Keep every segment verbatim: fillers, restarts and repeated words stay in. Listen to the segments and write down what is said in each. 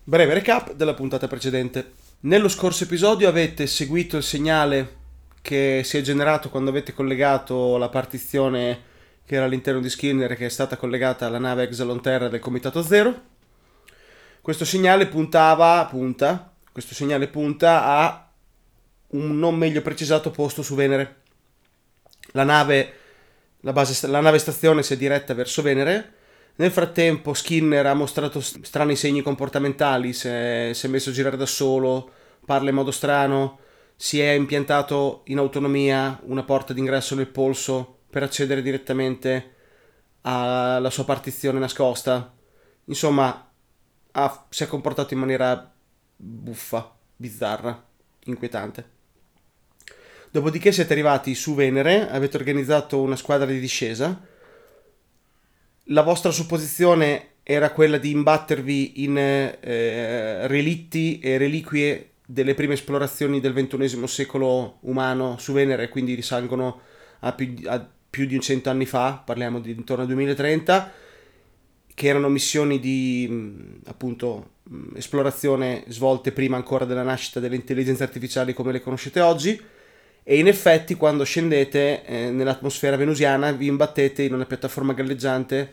Breve recap della puntata precedente. Nello scorso episodio avete seguito il segnale che si è generato quando avete collegato la partizione che era all'interno di Skinner e che è stata collegata alla nave Exalon Terra del Comitato Zero. Questo segnale puntava, punta, questo segnale punta a un non meglio precisato posto su Venere. La nave, la base, la nave stazione si è diretta verso Venere. Nel frattempo Skinner ha mostrato strani segni comportamentali, si è, si è messo a girare da solo, parla in modo strano, si è impiantato in autonomia una porta d'ingresso nel polso per accedere direttamente alla sua partizione nascosta. Insomma, ha, si è comportato in maniera buffa, bizzarra, inquietante. Dopodiché siete arrivati su Venere, avete organizzato una squadra di discesa. La vostra supposizione era quella di imbattervi in eh, relitti e reliquie delle prime esplorazioni del ventunesimo secolo umano su Venere, quindi risalgono a più, a più di cento anni fa, parliamo di intorno al duemilatrenta, che erano missioni di appunto esplorazione svolte prima ancora della nascita delle intelligenze artificiali come le conoscete oggi. E in effetti quando scendete eh, nell'atmosfera venusiana vi imbattete in una piattaforma galleggiante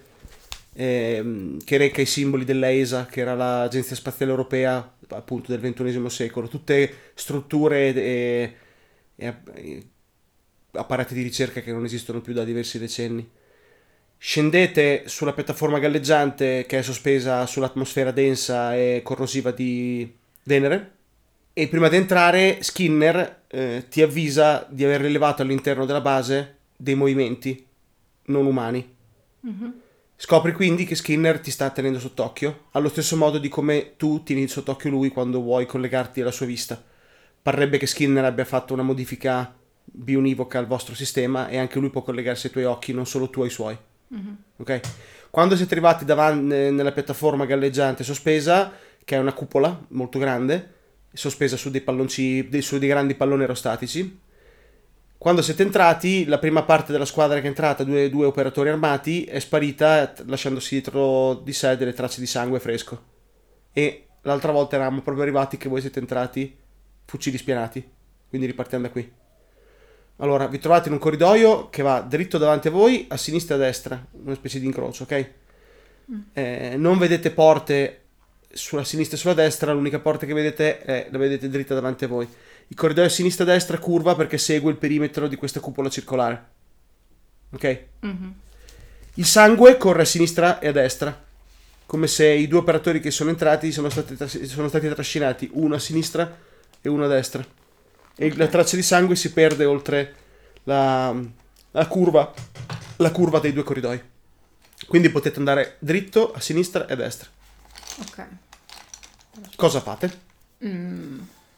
eh, che reca i simboli dell'E S A, che era l'Agenzia Spaziale Europea appunto del ventunesimo secolo, tutte strutture e, e, e apparati di ricerca che non esistono più da diversi decenni. Scendete sulla piattaforma galleggiante che è sospesa sull'atmosfera densa e corrosiva di Venere. E prima di entrare Skinner eh, ti avvisa di aver rilevato all'interno della base dei movimenti non umani. Mm-hmm. Scopri quindi che Skinner ti sta tenendo sott'occhio, allo stesso modo di come tu tieni sott'occhio lui quando vuoi collegarti alla sua vista. Parrebbe che Skinner abbia fatto una modifica bionivoca al vostro sistema e anche lui può collegarsi ai tuoi occhi, non solo tu ai suoi. Mm-hmm. Ok? Quando siete arrivati davanti nella piattaforma galleggiante sospesa, che è una cupola molto grande, sospesa su dei palloncini, su dei grandi palloni aerostatici. Quando siete entrati, la prima parte della squadra che è entrata, due, due operatori armati, è sparita lasciandosi dietro di sé delle tracce di sangue fresco. E l'altra volta eravamo proprio arrivati che voi siete entrati fucili spianati. Quindi ripartiamo da qui. Allora, vi trovate in un corridoio che va dritto davanti a voi, a sinistra e a destra, una specie di incrocio, ok? Mm. Eh, non vedete porte sulla sinistra e sulla destra, l'unica porta che vedete è la vedete dritta davanti a voi. Il corridoio a sinistra e a destra curva perché segue il perimetro di questa cupola circolare, ok? Mm-hmm. Il sangue corre a sinistra e a destra, come se i due operatori che sono entrati sono stati, sono stati trascinati, uno a sinistra e uno a destra, e okay. La traccia di sangue si perde oltre la, la curva la curva dei due corridoi, quindi potete andare dritto a sinistra e a destra. Ok. Cosa fate? Mm.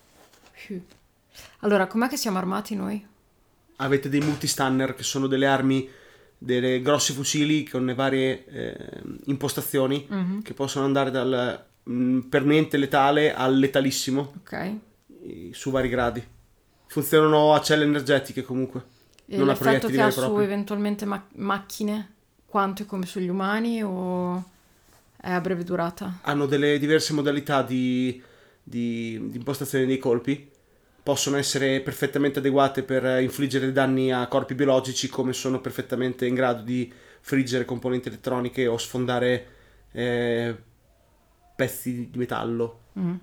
Allora, com'è che siamo armati noi? Avete dei multistunner, che sono delle armi, delle grossi fucili con le varie eh, impostazioni, mm-hmm. che possono andare dal mh, per niente letale al letalissimo. Ok. Su vari gradi. Funzionano a celle energetiche comunque. E non l'effetto a che ha su propri. Eventualmente ma- macchine? Quanto è come sugli umani o è a breve durata? Hanno delle diverse modalità di, di, di impostazione dei colpi. Possono essere perfettamente adeguate per infliggere danni a corpi biologici, come sono perfettamente in grado di friggere componenti elettroniche o sfondare eh, pezzi di metallo. Mm.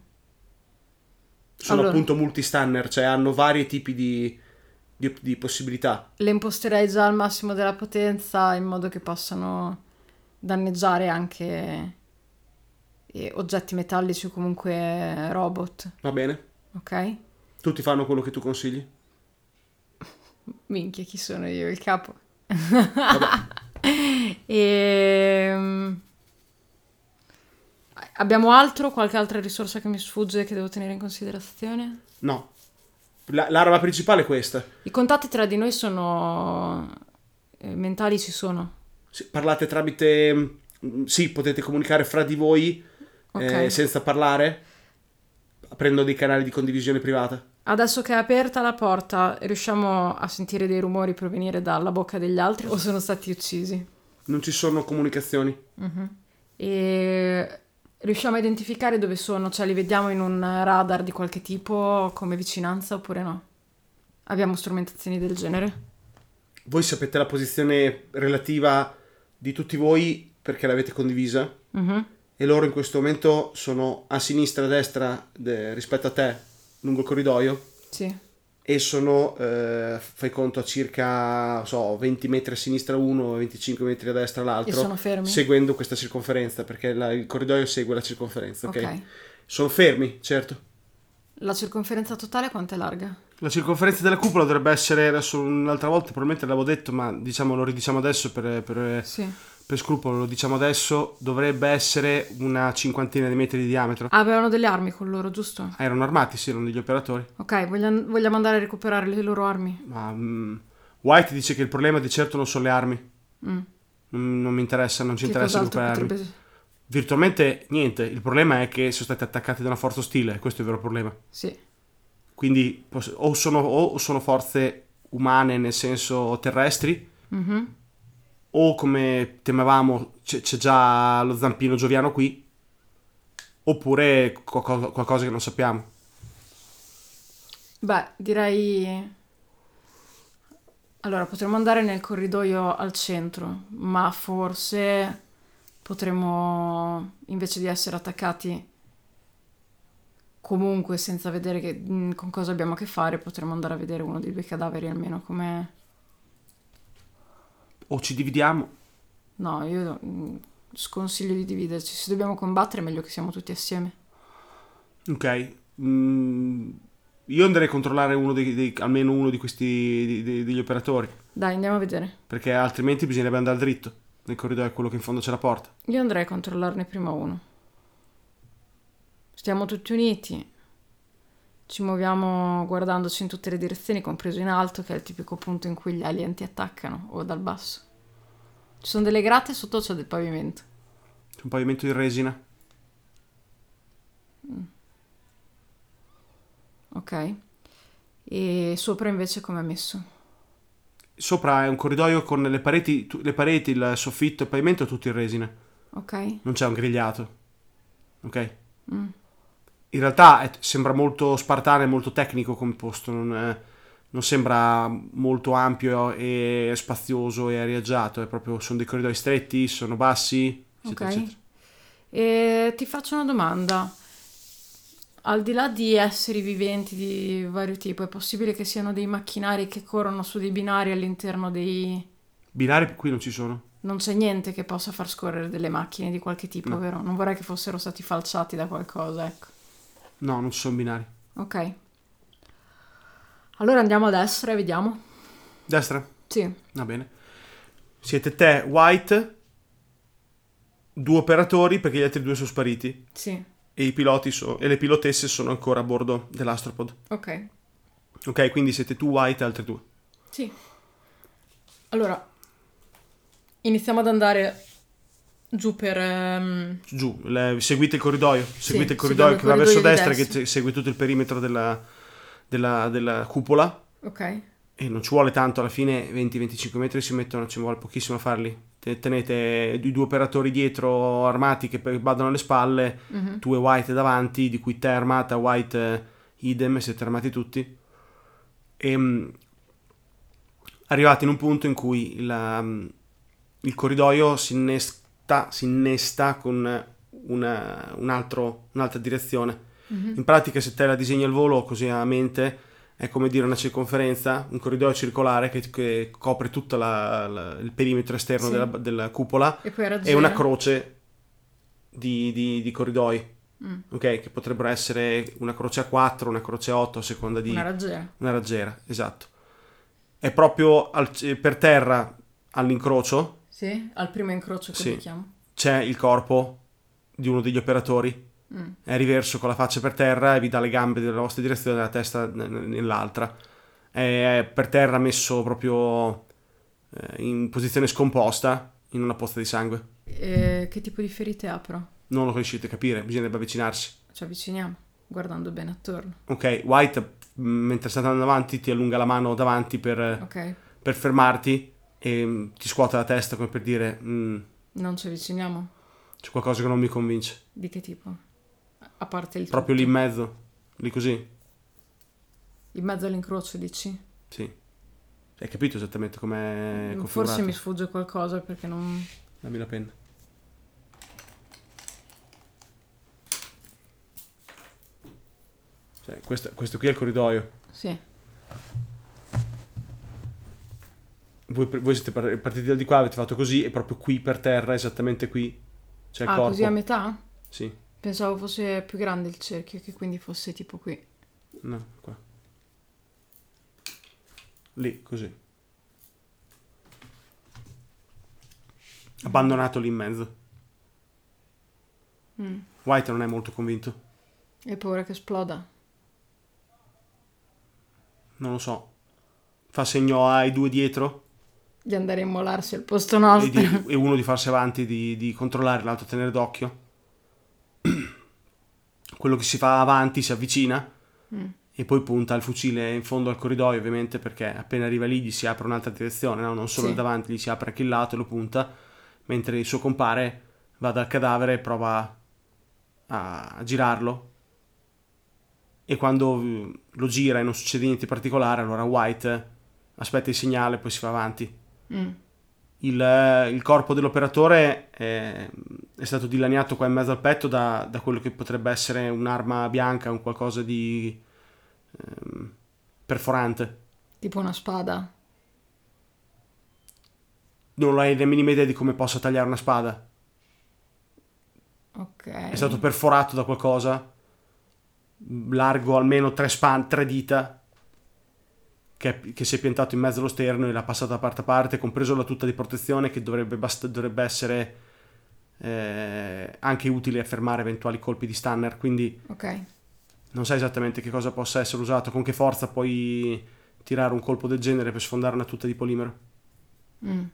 Sono allora, appunto multistunner, cioè hanno vari tipi di, di, di possibilità. Le imposterei già al massimo della potenza in modo che possano danneggiare anche eh, oggetti metallici o comunque robot. Va bene. Ok. Tutti fanno quello che tu consigli? Minchia, chi sono io? Il capo. e... Abbiamo altro? Qualche altra risorsa che mi sfugge che devo tenere in considerazione? No. La, l'arma principale è questa. I contatti tra di noi sono... Eh, mentali ci sono? Sì, parlate tramite... Sì, potete comunicare fra di voi okay. eh, senza parlare, aprendo dei canali di condivisione privata. Adesso che è aperta la porta, riusciamo a sentire dei rumori provenire dalla bocca degli altri o sono stati uccisi? Non ci sono comunicazioni. Uh-huh. E Riusciamo a identificare dove sono? Cioè li vediamo in un radar di qualche tipo come vicinanza oppure no? Abbiamo strumentazioni del genere? Voi sapete la posizione relativa di tutti voi perché l'avete condivisa? Mm-hmm. E loro in questo momento sono a sinistra e a destra de- rispetto a te lungo il corridoio Sì. e sono, eh, fai conto, a circa non so, venti metri a sinistra uno e venticinque metri a destra l'altro, E sono fermi? seguendo questa circonferenza, perché la- il corridoio segue la circonferenza, ok? Ok. Sono fermi, certo. La circonferenza totale quanto è larga? La circonferenza della cupola dovrebbe essere, adesso un'altra volta probabilmente l'avevo detto, ma diciamo lo ridiciamo adesso per, per, Sì. per scrupolo, lo diciamo adesso, dovrebbe essere una cinquantina di metri di diametro. Ah, avevano delle armi con loro, giusto? Ah, erano armati, sì, erano degli operatori. Ok, vogliamo, vogliamo andare a recuperare le loro armi? Ma mm, White dice che il problema di certo non sono le armi. Mm. Non, non mi interessa, non ci Che interessa cos'altro recuperare armi. potrebbe... Virtualmente niente, il problema è che sono stati attaccati da una forza ostile, questo è il vero problema. Sì. Quindi poss- o sono, o sono forze umane nel senso terrestri, Mm-hmm. o come temevamo c'è, c'è già lo zampino gioviano qui, oppure qualcosa, qualcosa che non sappiamo. Beh, direi... Allora, potremmo andare nel corridoio al centro, ma forse potremmo, invece di essere attaccati comunque senza vedere che, mh, con cosa abbiamo a che fare, potremmo andare a vedere uno dei due cadaveri almeno come... O ci dividiamo. No, io mh, sconsiglio di dividerci. Se dobbiamo combattere è meglio che siamo tutti assieme. Ok. Mm, io andrei a controllare uno dei, dei- almeno uno di questi di- di- degli operatori, Dai, andiamo a vedere. perché altrimenti bisognerebbe andare dritto nel corridoio, quello che in fondo c'è la porta. Io andrei a controllarne prima uno. Stiamo tutti uniti. Ci muoviamo guardandoci in tutte le direzioni, compreso in alto, che è il tipico punto in cui gli alien ti attaccano, o dal basso. Ci sono delle grate e sotto c'è del pavimento. C'è un pavimento in resina. Ok? E sopra invece come è messo? Sopra è un corridoio con le pareti, tu- le pareti, il soffitto e il pavimento tutto in resina. Ok? Non c'è un grigliato. Ok? Mm. In realtà è- sembra molto spartano e molto tecnico come posto, non, è- non sembra molto ampio e spazioso e arieggiato, è proprio, sono dei corridoi stretti, sono bassi, eccetera, Ok. eccetera. E ti faccio una domanda. Al di là di esseri viventi di vario tipo, è possibile che siano dei macchinari che corrono su dei binari all'interno dei... Binari qui non ci sono. Non c'è niente che possa far scorrere delle macchine di qualche tipo, No. vero? Non vorrei che fossero stati falciati da qualcosa, ecco. No, non ci sono binari. Ok. Allora andiamo a destra e vediamo. Destra? Sì. Va bene. Siete te, White, due operatori perché gli altri due sono spariti Sì. e i piloti so- e le pilotesse sono ancora a bordo dell'Astropod. Ok. Ok, quindi siete tu, White e altri due. Sì. Allora, iniziamo ad andare giù per... ehm, Giù, le- seguite il corridoio, seguite il seguiamo corridoio il che va verso corridoio di destra, che destra. te- segue tutto il perimetro della, della, della cupola Ok. e non ci vuole tanto, alla fine venti venticinque metri si mettono, ci vuole pochissimo a farli. Te- Tenete i due operatori dietro armati che pe- badano alle spalle, Mhm. tu e White davanti, di cui te è armata, White eh, idem, siete armati tutti. E mm, arrivati in un punto in cui il, mm, il corridoio si innesta, si innesta con una, un altro, un'altra direzione. Mhm. In pratica, se te la disegni al volo così a mente, è come dire una circonferenza, un corridoio circolare che, che copre tutto la- la- il perimetro esterno Sì. della, della cupola E poi e raggiera. una croce di, di- di corridoi, Mm. ok? Che potrebbero essere una croce a quattro, una croce a otto, a seconda di Una raggiera. una raggiera, esatto. È proprio al- per terra all'incrocio Sì, al primo incrocio che Sì. chiamo. c'è il corpo di uno degli operatori. Mm. È riverso con la faccia per terra e vi dà le gambe nella vostra direzione e la testa n- n- nell'altra. È per terra messo proprio eh, in posizione scomposta in una pozza di sangue. E che tipo di ferite ha però? Non lo riuscite a capire, bisognerebbe avvicinarsi. Ci avviciniamo, guardando bene attorno. Ok, White, m- mentre state andando avanti, ti allunga la mano davanti per, Ok, per fermarti e mm, ti scuote la testa come per dire... mm, non ci avviciniamo. C'è qualcosa che non mi convince. Di che tipo? A parte il Proprio tutto. lì in mezzo, lì così. In mezzo all'incrocio, dici? Sì. Hai capito esattamente com'è configurato? Forse mi sfugge qualcosa perché non... Dammi la penna. Cioè, questo, questo qui è il corridoio. Sì. Voi, voi siete par- partiti da di qua, avete fatto così e proprio qui per terra, esattamente qui, c'è il Ah, corpo. così a metà? Sì. Pensavo fosse più grande il cerchio, che quindi fosse tipo qui. No, qua. Lì, così. Abbandonato lì in mezzo. Mm. White non è molto convinto. Hai paura che esploda? Non lo so. Fa segno ai due dietro Di andare a immolarsi al posto e, nostro. di- e uno di farsi avanti, di, di controllare, l'altro tenere d'occhio. Quello che si fa avanti si avvicina Mm. e poi punta il fucile in fondo al corridoio, ovviamente, perché appena arriva lì gli si apre un'altra direzione, no? Non solo Sì. il davanti, gli si apre anche il lato e lo punta, mentre il suo compare va dal cadavere e prova a, a girarlo. E quando eh, lo gira e non succede niente di particolare, allora White aspetta il segnale e poi si va avanti. Mm. Il, eh, il corpo dell'operatore è, è stato dilaniato qua in mezzo al petto da, da quello che potrebbe essere un'arma bianca, un qualcosa di ehm, perforante. Tipo una spada. Non hai la minima idea di come possa tagliare una spada. Ok. È stato perforato da qualcosa largo almeno tre, span, tre dita che, che si è piantato in mezzo allo sterno e l'ha passato da parte a parte, compreso la tuta di protezione che dovrebbe, bast- dovrebbe essere eh, anche utile a fermare eventuali colpi di stunner, quindi Ok. non sai esattamente che cosa possa essere usato, con che forza puoi tirare un colpo del genere per sfondare una tuta di polimero. Mm.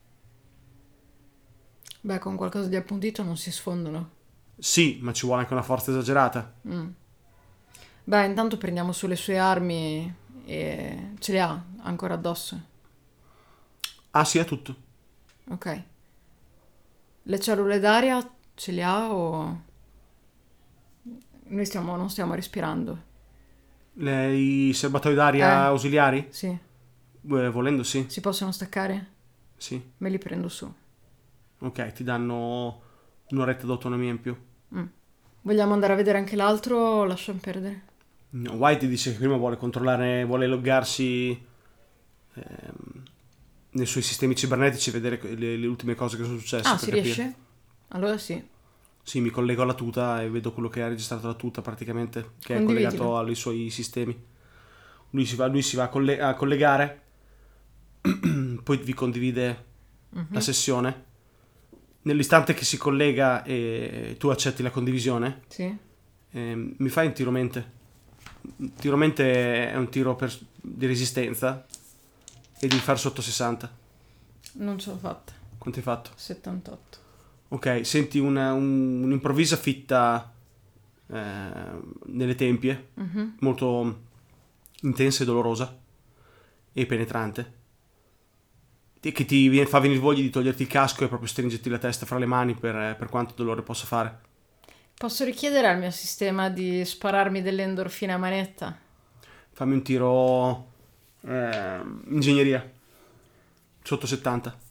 Beh, con qualcosa di appuntito non si sfondano. Sì, ma ci vuole anche una forza esagerata. Mm. Beh, intanto prendiamo su le sue armi e ce le ha ancora addosso. Ah sì, è tutto. Ok. Le cellule d'aria ce le ha o... Noi stiamo, non stiamo respirando. Le- I serbatoi d'aria Eh. ausiliari? Sì. Eh, volendo sì. Si possono staccare? Sì. Me li prendo su. Ok, ti danno un'oretta d'autonomia in più. Mm. Vogliamo andare a vedere anche l'altro o lasciamo perdere? No, White dice che prima vuole controllare, vuole loggarsi ehm, nei suoi sistemi cibernetici e vedere le, le ultime cose che sono successe. Ah, per si capire. riesce? Allora sì. Sì, mi collego alla tuta e vedo quello che ha registrato la tuta praticamente, che è Condividilo. collegato ai suoi sistemi. Lui si va, lui si va a, colle- a collegare, poi vi condivide Mhm. la sessione. Nell'istante che si collega e tu accetti la condivisione, Sì. ehm, mi fai un tiro mente. Un tiro mente è un tiro per- di resistenza e devi fare sotto sessanta. Non ce l'ho fatta. Quanto hai fatto? settantotto. Ok, senti una, un- un'improvvisa fitta eh, nelle tempie, Mhm. molto intensa e dolorosa e penetrante, e che ti viene- fa venire voglia di toglierti il casco e proprio stringerti la testa fra le mani per, per quanto dolore possa fare. Posso richiedere al mio sistema di spararmi delle endorfine a manetta? Fammi un tiro eh, ingegneria sotto settanta.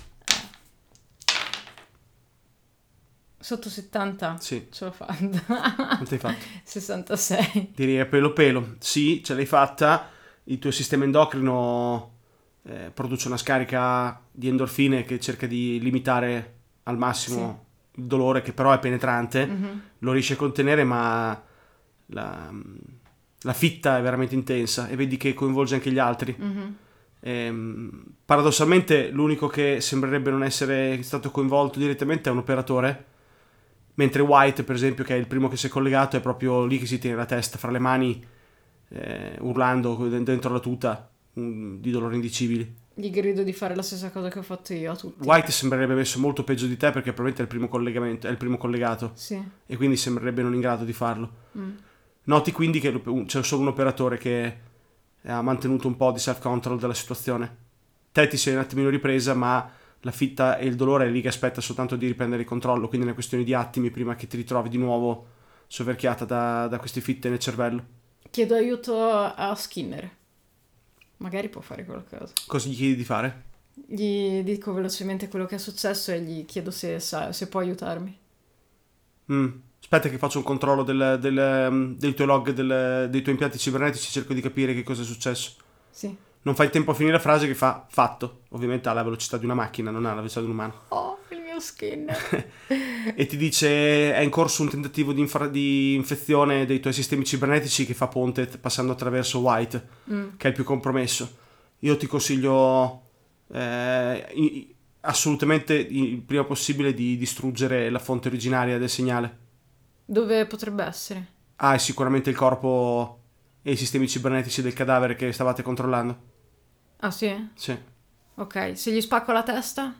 Sotto settanta? Sì. Ce l'ho fatta. Quanto hai fatto? sessantasei. Direi a pelo pelo. Sì, ce l'hai fatta. Il tuo sistema endocrino eh, produce una scarica di endorfine che cerca di limitare al massimo il dolore, che però è penetrante. Mhm. Lo riesce a contenere, ma la, la fitta è veramente intensa e vedi che coinvolge anche gli altri. Mhm. Ehm, paradossalmente l'unico che sembrerebbe non essere stato coinvolto direttamente è un operatore, mentre White, per esempio, che è il primo che si è collegato, è proprio lì che si tiene la testa fra le mani, eh, urlando dentro la tuta um, di dolori indicibili. Gli grido di fare la stessa cosa che ho fatto io a tutti. White sembrerebbe messo molto peggio di te perché probabilmente è il primo collegamento, è il primo collegato Sì. e quindi sembrerebbe non in grado di farlo. Mm. Noti quindi che c'è solo un operatore che ha mantenuto un po' di self-control della situazione. Te ti sei un attimino ripresa, ma la fitta e il dolore è lì che aspetta soltanto di riprendere il controllo, quindi è una questione di attimi prima che ti ritrovi di nuovo soverchiata da, da queste fitte nel cervello. Chiedo aiuto a Skinner. Magari può fare qualcosa. Cosa gli chiedi di fare? Gli dico velocemente quello che è successo e gli chiedo se, sa, se può aiutarmi. Mm. Aspetta che faccio un controllo del, del, dei tuoi log, del, dei tuoi impianti cibernetici, cerco di capire che cosa è successo. Sì. Non fai tempo a finire la frase che fa fatto. Ovviamente ha la velocità di una macchina, non ha la velocità di un umano. Oh, il mio Skinner. E ti dice è in corso un tentativo di, infra- di infezione dei tuoi sistemi cibernetici che fa ponte passando attraverso White, Mm. che è il più compromesso. Io ti consiglio eh, i- assolutamente il prima possibile di distruggere la fonte originaria del segnale. Dove potrebbe essere? Ah, è sicuramente il corpo e i sistemi cibernetici del cadavere che stavate controllando. Ah, sì? Sì. Ok, se gli spacco la testa?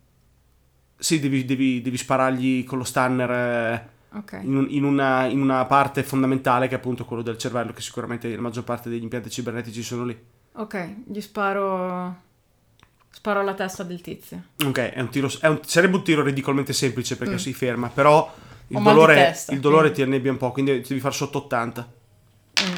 Sì, devi, devi, devi sparargli con lo stunner eh, Ok. in, un- in una, in una parte fondamentale che è appunto quello del cervello, che sicuramente la maggior parte degli impianti cibernetici sono lì. Ok, gli sparo... Sparo alla testa del tizio. Ok, è un tiro, è un- sarebbe un tiro ridicolmente semplice perché Mm. si ferma, però il Ho mal di dolore, testa, il dolore quindi. ti annebbia un po', quindi devi fare sotto ottanta. Mm.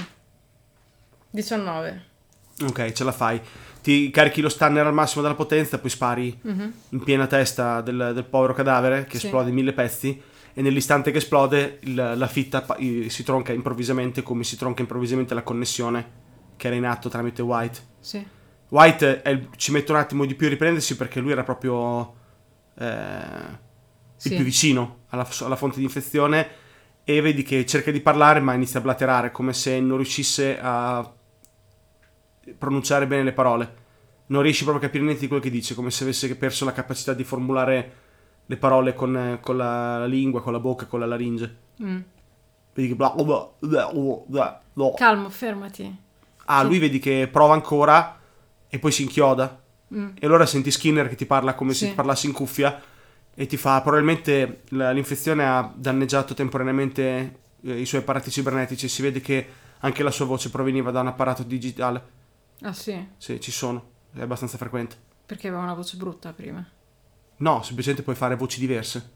diciannove. Ok, ce la fai. Ti carichi lo stunner al massimo della potenza, poi spari Mhm. in piena testa del, del povero cadavere che Sì. esplode in mille pezzi e nell'istante che esplode il- la fitta pa- i- si tronca improvvisamente come si tronca improvvisamente la connessione che era in atto tramite White. Sì. White è il- ci mette un attimo di più a riprendersi perché lui era proprio eh, il Sì. più vicino alla, alla fonte di infezione e vedi che cerca di parlare ma inizia a blaterare come se non riuscisse a pronunciare bene le parole. Non riesci proprio a capire niente di quello che dice, come se avesse perso la capacità di formulare le parole con, con la, la lingua, con la bocca, con la laringe. Mm. Vedi che bla, bla, bla, bla, bla. Calmo, fermati. Ah, Sì. lui vedi che prova ancora e poi si inchioda. Mm. E allora senti Skinner che ti parla come se Sì. ti parlassi in cuffia e ti fa probabilmente la- l'infezione ha danneggiato temporaneamente eh, i suoi apparati cibernetici. Si vede che anche la sua voce proveniva da un apparato digitale. Ah, sì? Sì, ci sono, è abbastanza frequente. Perché aveva una voce brutta prima. No, semplicemente puoi fare voci diverse.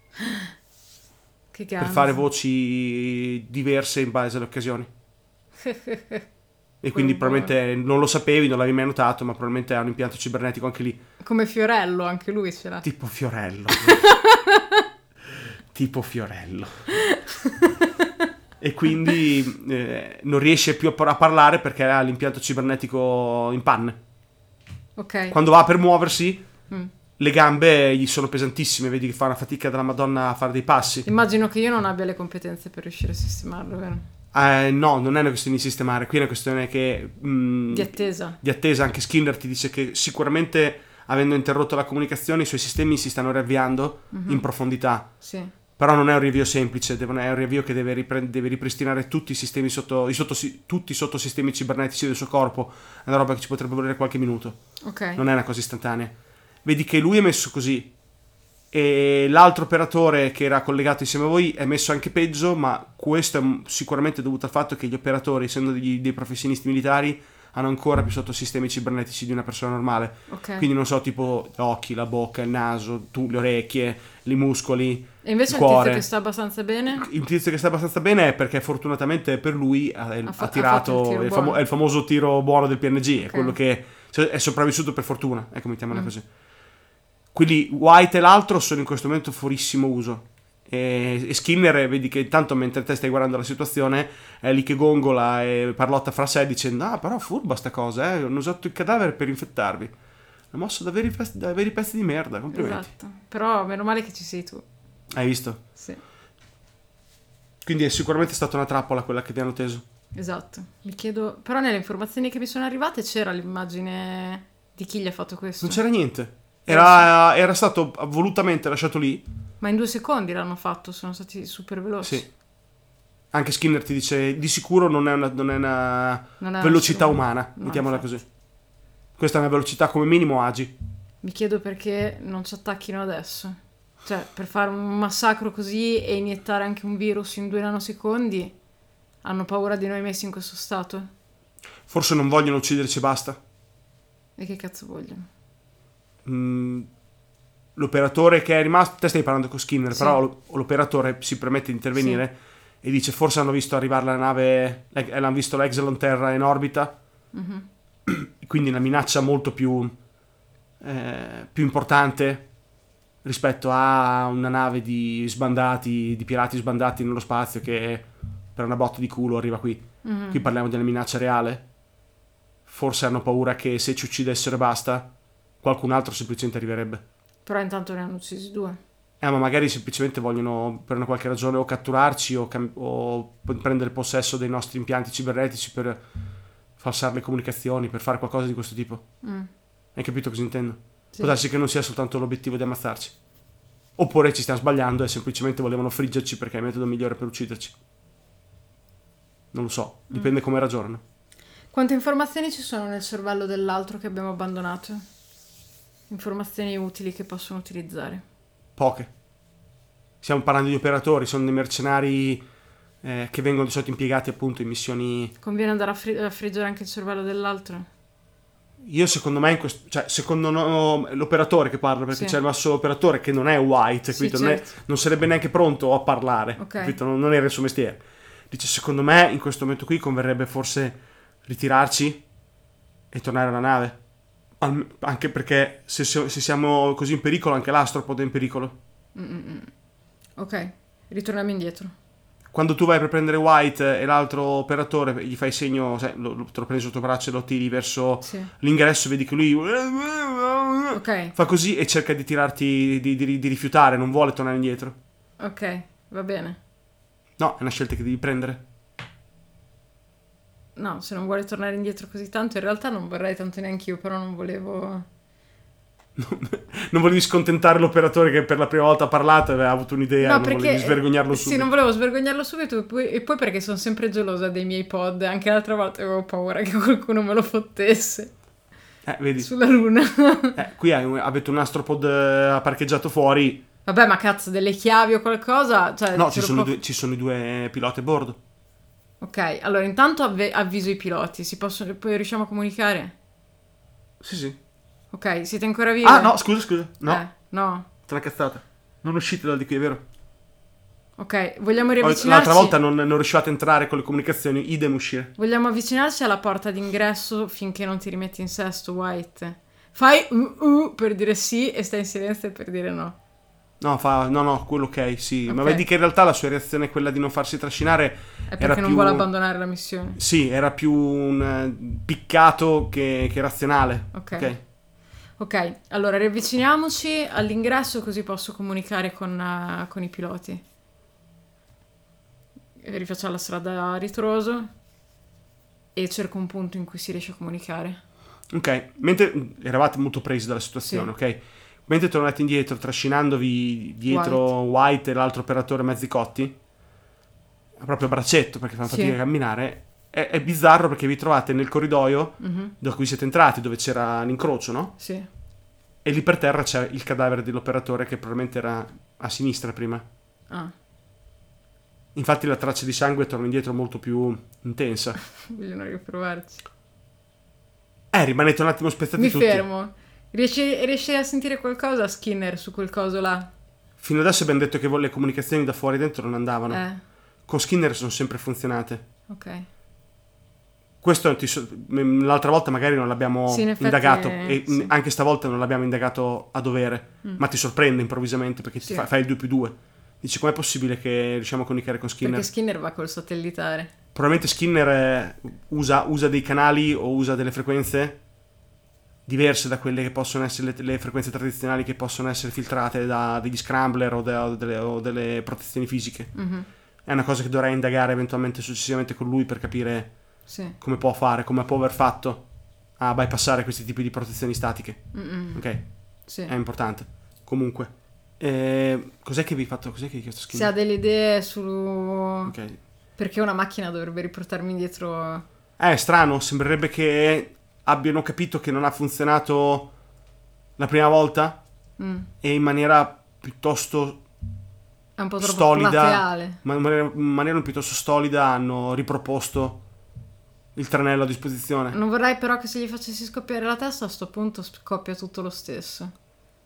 Che Per ganzo. fare voci diverse in base alle occasioni. E quindi Quello probabilmente non lo sapevi, non l'avevi mai notato, ma probabilmente ha un impianto cibernetico anche lì. Come Fiorello, anche lui ce l'ha. Tipo Fiorello. Tipo Fiorello. E quindi eh, non riesce più a, par- a parlare perché ha l'impianto cibernetico in panne. Ok. Quando va per muoversi, Mm. le gambe gli sono pesantissime, vedi che fa una fatica della Madonna a fare dei passi. Immagino che io non abbia le competenze per riuscire a sistemarlo, vero? Eh, no, non è una questione di sistemare, qui è una questione che... mm, Di attesa. di attesa. Anche Skinner ti dice che sicuramente, avendo interrotto la comunicazione, i suoi sistemi si stanno riavviando Mhm. in profondità. Sì. Però non è un riavvio semplice, devono- è un riavvio che deve, ripre- deve ripristinare tutti i sistemi sotto, i sotto- tutti i sottosistemi cibernetici del suo corpo. È una roba che ci potrebbe volere qualche minuto. Ok. Non è una cosa istantanea. Vedi che lui è messo così e l'altro operatore che era collegato insieme a voi è messo anche peggio, ma questo è sicuramente dovuto al fatto che gli operatori, essendo degli- dei professionisti militari, hanno ancora più sottosistemi cibernetici di una persona normale. Ok. Quindi non so, tipo gli occhi, la bocca, il naso, tu, le orecchie, i muscoli, E invece il il tizio cuore. che sta abbastanza bene? Il tizio che sta abbastanza bene è perché fortunatamente per lui ha, ha fa- ha tirato fatto il tiro il, famo- buono. è il famoso tiro buono del P N G, è Ok. quello che cioè, è sopravvissuto per fortuna, ecco, mettiamola Mm. così. Quindi White e l'altro sono in questo momento fuorissimo uso. E, e Skinner, vedi che intanto mentre te stai guardando la situazione, è lì che gongola e parlotta fra sé dicendo: ah, però furba sta cosa, eh, hanno usato il cadavere per infettarvi. Una mossa da veri, pezzi- da veri pezzi di merda, complimenti. Esatto. Però meno male che ci sei tu. Hai visto? Sì. Quindi è sicuramente stata una trappola quella che ti hanno teso. Esatto. Mi chiedo... Però nelle informazioni che mi sono arrivate c'era l'immagine di chi gli ha fatto questo. Non c'era niente. Era, era stato volutamente lasciato lì. Ma in due secondi l'hanno fatto, sono stati super veloci. Sì. Anche Skinner ti dice di sicuro non è una, non è una Non è velocità una- umana, no, mettiamola infatti. così. Questa è una velocità come minimo agi. Mi chiedo perché non ci attacchino adesso. Cioè, per fare un massacro così e iniettare anche un virus in due nanosecondi, hanno paura di noi messi in questo stato? Forse non vogliono ucciderci e basta. E che cazzo vogliono? Mm, l'operatore che è rimasto, te stai parlando con Skinner, Sì. però l'operatore si permette di intervenire e dice forse hanno visto arrivare la nave, e l'hanno visto l'Exelon Terra in orbita, mm-hmm. quindi una minaccia molto più, eh, più importante rispetto a una nave di sbandati, di pirati sbandati nello spazio che per una botta di culo arriva qui. Mm-hmm. Qui parliamo di una minaccia reale. Forse hanno paura che se ci uccidessero e basta, qualcun altro semplicemente arriverebbe. Però intanto ne hanno uccisi due. Eh, ma magari semplicemente vogliono per una qualche ragione o catturarci o, cam- o prendere possesso dei nostri impianti cibernetici per falsare le comunicazioni, per fare qualcosa di questo tipo. Mm. Hai capito cosa intendo? Sì. Può darsi che non sia soltanto l'obiettivo di ammazzarci. Oppure ci stiamo sbagliando e semplicemente volevano friggerci perché è il metodo migliore per ucciderci. Non lo so, dipende Mm. come ragionano. Quante informazioni ci sono nel cervello dell'altro che abbiamo abbandonato? Informazioni utili che possono utilizzare. Poche. Stiamo parlando di operatori, sono dei mercenari eh, che vengono di solito impiegati appunto in missioni. Conviene andare a, fri- a friggere anche il cervello dell'altro? Io secondo me in questo, cioè secondo no, l'operatore che parla, perché Sì. c'è rimasto l'operatore che non è white, Sì, capito? Non, è- certo. non sarebbe neanche pronto a parlare, Ok. capito? Non, non era il suo mestiere. Dice secondo me in questo momento qui converrebbe forse ritirarci e tornare alla nave. Al- anche perché se, se siamo così in pericolo anche l'astropod è in pericolo. Mm-mm. Ok, ritorniamo indietro. Quando tu vai per prendere White e l'altro operatore gli fai segno, sai, lo, lo- te lo prendi sotto braccio e lo tiri verso Sì. l'ingresso, vedi che lui Ok, fa così e cerca di tirarti, di, di- di rifiutare, non vuole tornare indietro. ok, va bene. No, è una scelta che devi prendere. No, se non vuole tornare indietro così tanto, in realtà non vorrei tanto neanche io, però non volevo... Non volevi scontentare l'operatore che per la prima volta ha parlato e aveva avuto un'idea, No, non perché... volevi svergognarlo Sì, subito. non volevo svergognarlo subito e poi, e poi perché sono sempre gelosa dei miei pod. Anche l'altra volta avevo paura che qualcuno me lo fottesse Eh, vedi, sulla luna. eh, qui hai- avete un astropod eh, parcheggiato fuori. Vabbè, ma cazzo, delle chiavi o qualcosa? Cioè, No, ce ci lo sono, può- due, ci sono i due piloti a bordo. Ok, allora intanto avve- avviso i piloti. Si possono... Poi riusciamo a comunicare? Sì, sì. Ok, siete ancora vivi? Ah, no, scusa, scusa. No, Eh, no. te l'ha cazzata. Non uscite dal di qui, è vero? Ok, vogliamo riavvicinarci? L'altra volta non, non riuscivate a entrare con le comunicazioni, idem uscire. Vogliamo avvicinarci alla porta d'ingresso finché non ti rimetti in sesto, White. Fai uh uh per dire sì e stai in silenzio per dire no. No, fa, no, no, quello ok, sì. Ma Ok. vedi che in realtà la sua reazione, quella di non farsi trascinare, È perché era non più... vuole abbandonare la missione. Sì, era più un eh, piccato che, che razionale. Ok. Ok. Ok, allora riavviciniamoci all'ingresso così posso comunicare con, eh, con i piloti. E rifacciamo la strada a ritroso e cerco un punto in cui si riesce a comunicare. Ok, mentre eravate molto presi dalla situazione, Sì. ok? Mentre tornate indietro, trascinandovi dietro White, e l'altro operatore mezzicotti, proprio a braccetto perché fanno Sì. fatica a camminare, è, è bizzarro perché vi trovate nel corridoio Mhm, da cui siete entrati, dove c'era l'incrocio, no? Sì. E lì per terra c'è il cadavere dell'operatore che probabilmente era a sinistra prima. Ah, Infatti la traccia di sangue torna indietro molto più intensa. bisogna riprovarci. Eh, rimanete un attimo spezzati Mi tutti. fermo. Riesci, riesci a sentire qualcosa, Skinner, su quel coso là? Fino adesso abbiamo detto che le comunicazioni da fuori dentro non andavano. Eh, Con Skinner sono sempre funzionate. ok. Questo ti so- m- l'altra volta magari non l'abbiamo Sì, in effetti, indagato eh, e sì. n- anche stavolta non l'abbiamo indagato a dovere, Mm. ma ti sorprende improvvisamente perché ti Sì. fa- fai il due più due. Dici com'è possibile che riusciamo a comunicare con Skinner? Perché Skinner va col satellitare. Probabilmente Skinner eh, usa, usa dei canali o usa delle frequenze diverse da quelle che possono essere le, le frequenze tradizionali che possono essere filtrate da degli scrambler o, da- o delle, o delle protezioni fisiche. Mhm, È una cosa che dovrei indagare eventualmente successivamente con lui per capire Sì. come può fare, come può aver fatto a bypassare questi tipi di protezioni statiche. Mm-mm, Ok, sì. è importante. Comunque, eh, cos'è che vi hai fatto? Cos'è che hai chiesto Se Skinner? ha delle idee su... Ok. Perché una macchina dovrebbe riportarmi indietro... Eh, è strano, sembrerebbe che abbiano capito che non ha funzionato la prima volta Mm, e in maniera piuttosto è un po' troppo stolida, plateale. ma in maniera, in maniera piuttosto stolida hanno riproposto il tranello a disposizione. Non vorrei però che se gli facessi scoppiare la testa a sto punto scoppia tutto lo stesso.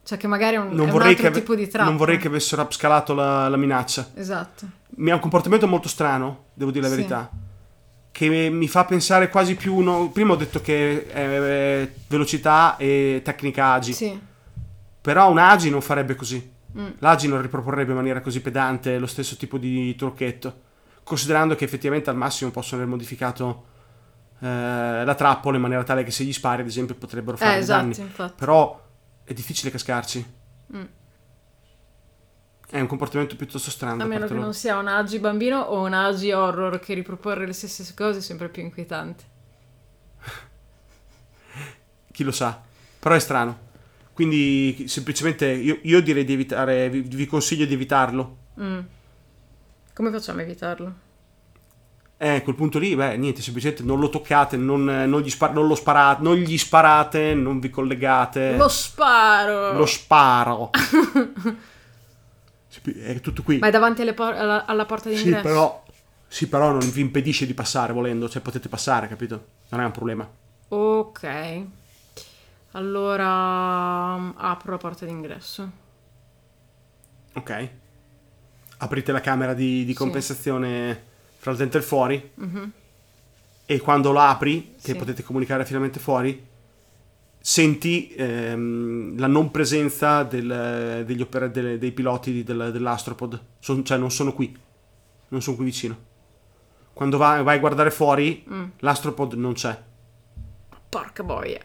Cioè che magari è un, non è un vorrei altro che ave- tipo di trappola. non vorrei che avessero upscalato la, la minaccia. Esatto. Mi ha un comportamento molto strano, devo dire la Sì. verità, che mi fa pensare quasi più uno... Prima ho detto che è velocità e tecnica agi, Sì. però un agi non farebbe così. Mm. L'agi non riproporrebbe in maniera così pedante lo stesso tipo di trucchetto, considerando che effettivamente al massimo possono aver modificato eh, la trappola in maniera tale che se gli spari, ad esempio, potrebbero fare Eh, esatto, danni. infatti. Però è difficile cascarci. Mm. È un comportamento piuttosto strano. A da meno parte che loro. non sia un agi bambino o un agi horror che riproporre le stesse cose è sempre più inquietante. Chi lo sa, però è strano. Quindi semplicemente io, io direi di evitare, vi, vi consiglio di evitarlo. Mm. Come facciamo a evitarlo? Eh, a quel punto lì, beh, niente, semplicemente non lo toccate, non, non, gli spar- non lo sparate, non gli sparate, non vi collegate. Lo sparo! Lo sparo. È tutto qui. Ma è davanti alle por- alla, alla porta Sì, d'ingresso? però, sì, però non vi impedisce di passare volendo, cioè potete passare, capito? Non è un problema. Ok. Allora um, apro la porta d'ingresso. Ok. Aprite la camera di, di Sì. compensazione fra il dentro e il fuori. Mhm. E quando la apri, che Sì. potete comunicare finalmente fuori, senti ehm, la non presenza del- degli opera- delle- dei piloti del- dell'astropod. Son- cioè non sono qui, non sono qui vicino. Quando vai, vai a guardare fuori, Mm. l'astropod non c'è. Porca boia.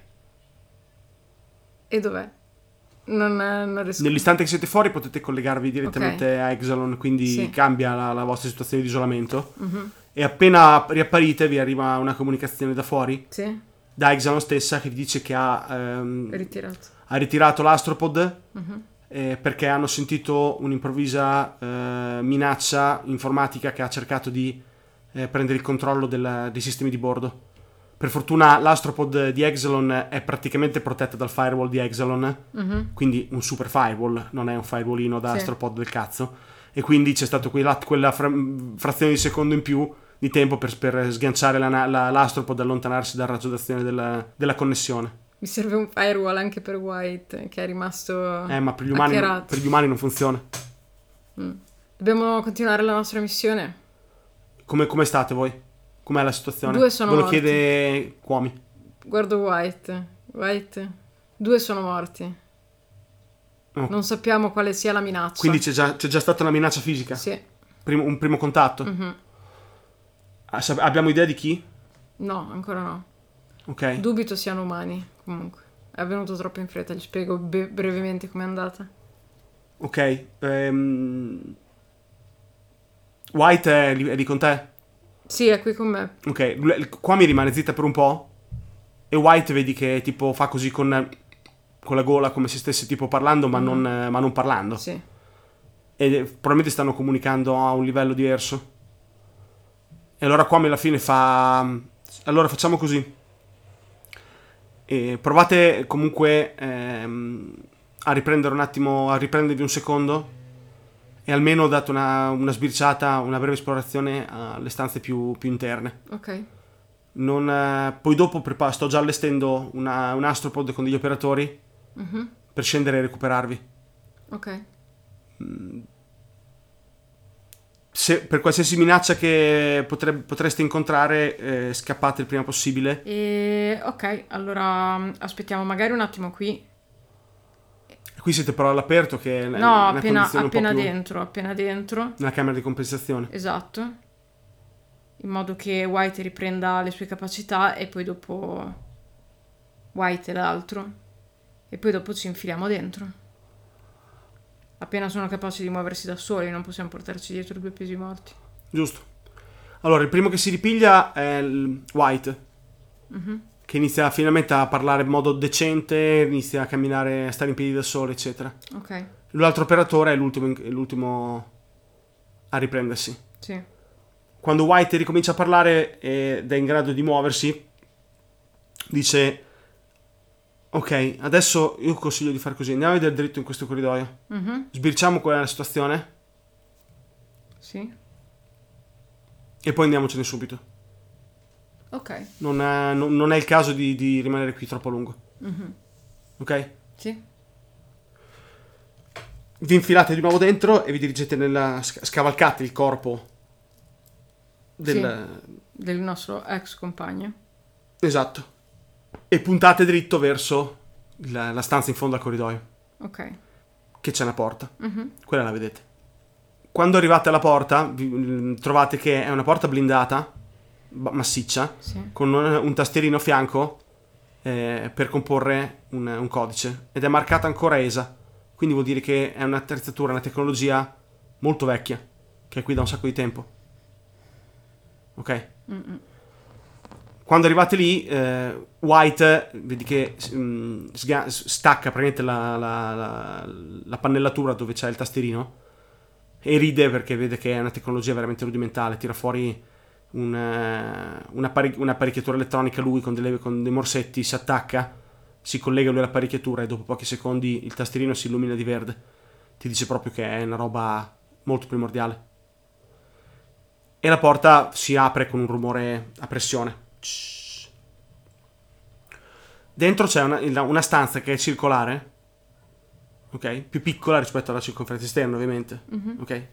E dov'è? Non, eh, non riesco. Nell'istante che siete fuori potete collegarvi direttamente a Exalon, quindi Sì. cambia la, la vostra situazione di isolamento. Mhm. E appena riapparite vi arriva una comunicazione da fuori, Sì, da Exalon stessa, che vi dice che ha, ehm, ritirato. ha ritirato l'astropod Mhm. eh, perché hanno sentito un'improvvisa eh, minaccia informatica che ha cercato di eh, prendere il controllo del- dei sistemi di bordo. Per fortuna l'astropod di Exalon è praticamente protetta dal firewall di Exalon, Mhm. quindi un super firewall, non è un firewallino da Sì. astropod del cazzo, e quindi c'è stato quella, quella fra- frazione di secondo in più di tempo per, per sganciare la, na- la- l'astropod e allontanarsi dal raggio d'azione della, della connessione. Mi serve un firewall anche per White, che è rimasto Eh, ma per gli umani, non, hackerato. per gli umani non funziona. Mm. Dobbiamo continuare la nostra missione. Come, come state voi? Com'è la situazione? Due sono Ve lo morti. chiede Kwami. Guardo White. White. Due sono morti. Oh. Non sappiamo quale sia la minaccia. Quindi c'è già, c'è già stata una minaccia fisica? Sì. Primo- un primo contatto? Mhm. Ah, sap- abbiamo idea di chi? No, ancora no. Ok. Dubito siano umani, comunque. È avvenuto troppo in fretta, gli spiego be- brevemente com'è andata. Ok. ehm, White è lì, è lì con te? Sì, è qui con me. Ok. L- Kwami rimane zitta per un po'. E White vedi che tipo fa così con, con la gola come se stesse tipo parlando ma, Mhm. non, eh, ma non parlando. Sì. E eh, probabilmente stanno comunicando a un livello diverso. E allora Kwame alla fine fa... Allora facciamo così. E provate comunque ehm, a riprendere un attimo, a riprendervi un secondo. E almeno date una, una sbirciata, una breve esplorazione alle stanze più, più interne. Ok. Non, eh, poi dopo preparo, sto già allestendo una, un astropod con degli operatori Mhm. per scendere e recuperarvi. Ok. Se, per qualsiasi minaccia che potre- potreste incontrare, eh, scappate il prima possibile. E ok, allora mm, aspettiamo magari un attimo qui. Qui siete però all'aperto, che è No, una appena, condizione un po' appena più- dentro, appena dentro. nella camera di compensazione. Esatto. In modo che White riprenda le sue capacità e poi dopo White e l'altro. E poi dopo ci infiliamo dentro. Appena sono capaci di muoversi da soli, non possiamo portarci dietro due pesi morti. Giusto. Allora, il primo che si ripiglia è il White, Mhm. che inizia finalmente a parlare in modo decente, inizia a camminare, a stare in piedi da solo, eccetera. Ok, L'altro operatore è l'ultimo, in- è l'ultimo a riprendersi. sì. Quando White ricomincia a parlare ed è in grado di muoversi, dice: ok, adesso io consiglio di fare così, andiamo a vedere dritto in questo corridoio, Mhm. sbirciamo qual è la situazione Sì. e poi andiamocene subito. Ok. Non è, non- non è il caso di, di rimanere qui troppo a lungo. Mhm. Ok? Sì. vi infilate di nuovo dentro e vi dirigete nella... scavalcate il corpo del... Sì, del nostro ex compagno. Esatto. E puntate dritto verso la, la stanza in fondo al corridoio. Ok. Che c'è una porta. Mm-hmm. Quella la vedete. Quando arrivate alla porta, vi, trovate che è una porta blindata, massiccia, sì. con un, un tastierino a fianco eh, per comporre un, un codice. Ed è marcata ancora E S A. Quindi vuol dire che è un'attrezzatura, una tecnologia molto vecchia, che è qui da un sacco di tempo. Ok? Mm-mm. Quando arrivate lì, eh, White vedi che mh, sga- stacca praticamente la, la, la, la pannellatura dove c'è il tastierino e ride perché vede che è una tecnologia veramente rudimentale. Tira fuori un, uh, un'apparecchi- un'apparecchiatura elettronica lui con, delle, con dei morsetti, si attacca, si collega lui all'apparecchiatura e dopo pochi secondi il tastierino si illumina di verde. Ti dice proprio che è una roba molto primordiale. E la porta si apre con un rumore a pressione. Dentro c'è una, una stanza che è circolare, ok? Più piccola rispetto alla circonferenza esterna, ovviamente. Mm-hmm. Ok?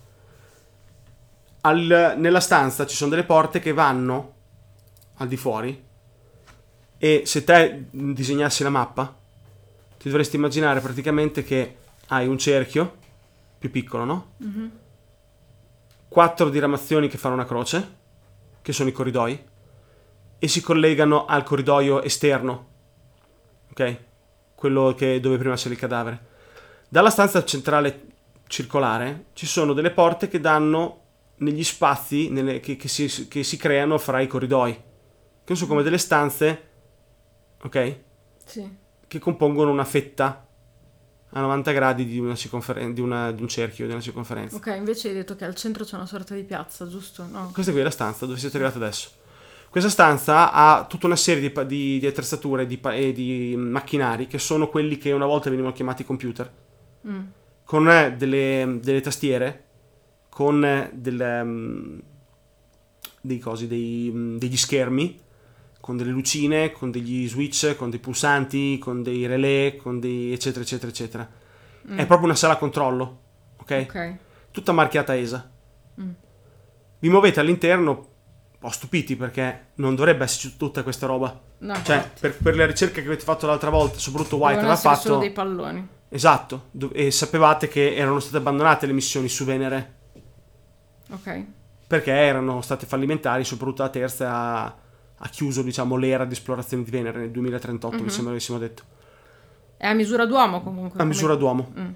Al, nella stanza ci sono delle porte che vanno al di fuori e se te disegnassi la mappa ti dovresti immaginare praticamente che hai un cerchio più piccolo, no? Mm-hmm. Quattro diramazioni che fanno una croce, che sono i corridoi, e si collegano al corridoio esterno, ok? Quello che, dove prima c'era il cadavere. Dalla stanza centrale circolare ci sono delle porte che danno negli spazi nelle, che, che, si, che si creano fra i corridoi, che sono come delle stanze, ok? Sì. Che compongono una fetta a novanta gradi di, una circonferen- di, una, di un cerchio, di una circonferenza. Ok, invece hai detto che al centro c'è una sorta di piazza, giusto? No. Questa qui è la stanza dove siete arrivati adesso. Questa stanza ha tutta una serie di, di, di attrezzature di, e di macchinari che sono quelli che una volta venivano chiamati computer, mm. con eh, delle, delle tastiere, con eh, delle, um, dei cosi, dei, um, degli schermi, con delle lucine, con degli switch, con dei pulsanti, con dei relè, con dei eccetera eccetera eccetera. Mm. È proprio una sala controllo, ok? Ok. Tutta marchiata E S A. Mm. Vi muovete all'interno un po' stupiti perché non dovrebbe esserci tutta questa roba. No, cioè, per, per le ricerche che avete fatto l'altra volta, soprattutto White aveva fatto solo dei palloni. Esatto, e sapevate che erano state abbandonate le missioni su Venere. Ok. Perché erano state fallimentari, soprattutto la terza ha, ha chiuso, diciamo, l'era di esplorazione di Venere nel duemilatrentotto, mm-hmm. mi sembra che avessimo detto. È a misura d'uomo comunque. A come... misura d'uomo. Mm.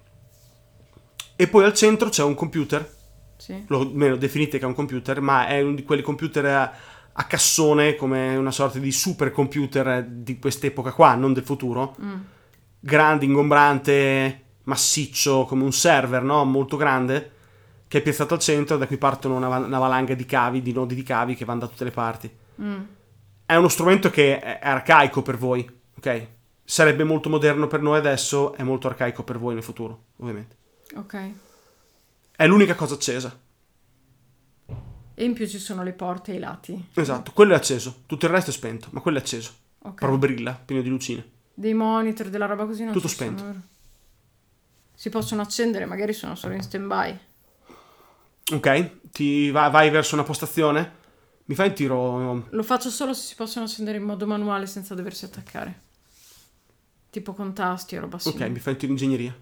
E poi al centro c'è un computer, sì. lo meno definite che è un computer, ma è uno di quelli computer a, a cassone, come una sorta di supercomputer di quest'epoca qua, non del futuro. Mm. Grande, ingombrante, massiccio, come un server, no? Molto grande, che è piazzato al centro, da cui partono una, una valanga di cavi, di nodi di cavi che vanno da tutte le parti. Mm. È uno strumento che è arcaico per voi, ok? Sarebbe molto moderno per noi adesso, è molto arcaico per voi nel futuro, ovviamente. Ok. È l'unica cosa accesa. E in più ci sono le porte ai lati. Esatto, quello è acceso, tutto il resto è spento, ma quello è acceso. Okay. Proprio brilla, pieno di lucine. Dei monitor, della roba così non tutto ci spento. Sono. Si possono accendere, magari sono solo in stand-by. Ok, ti va, vai verso una postazione? Mi fai un tiro? Lo faccio solo se si possono accendere in modo manuale senza doversi attaccare. Tipo con tasti o roba simile. Ok, mi fai un tiro di ingegneria.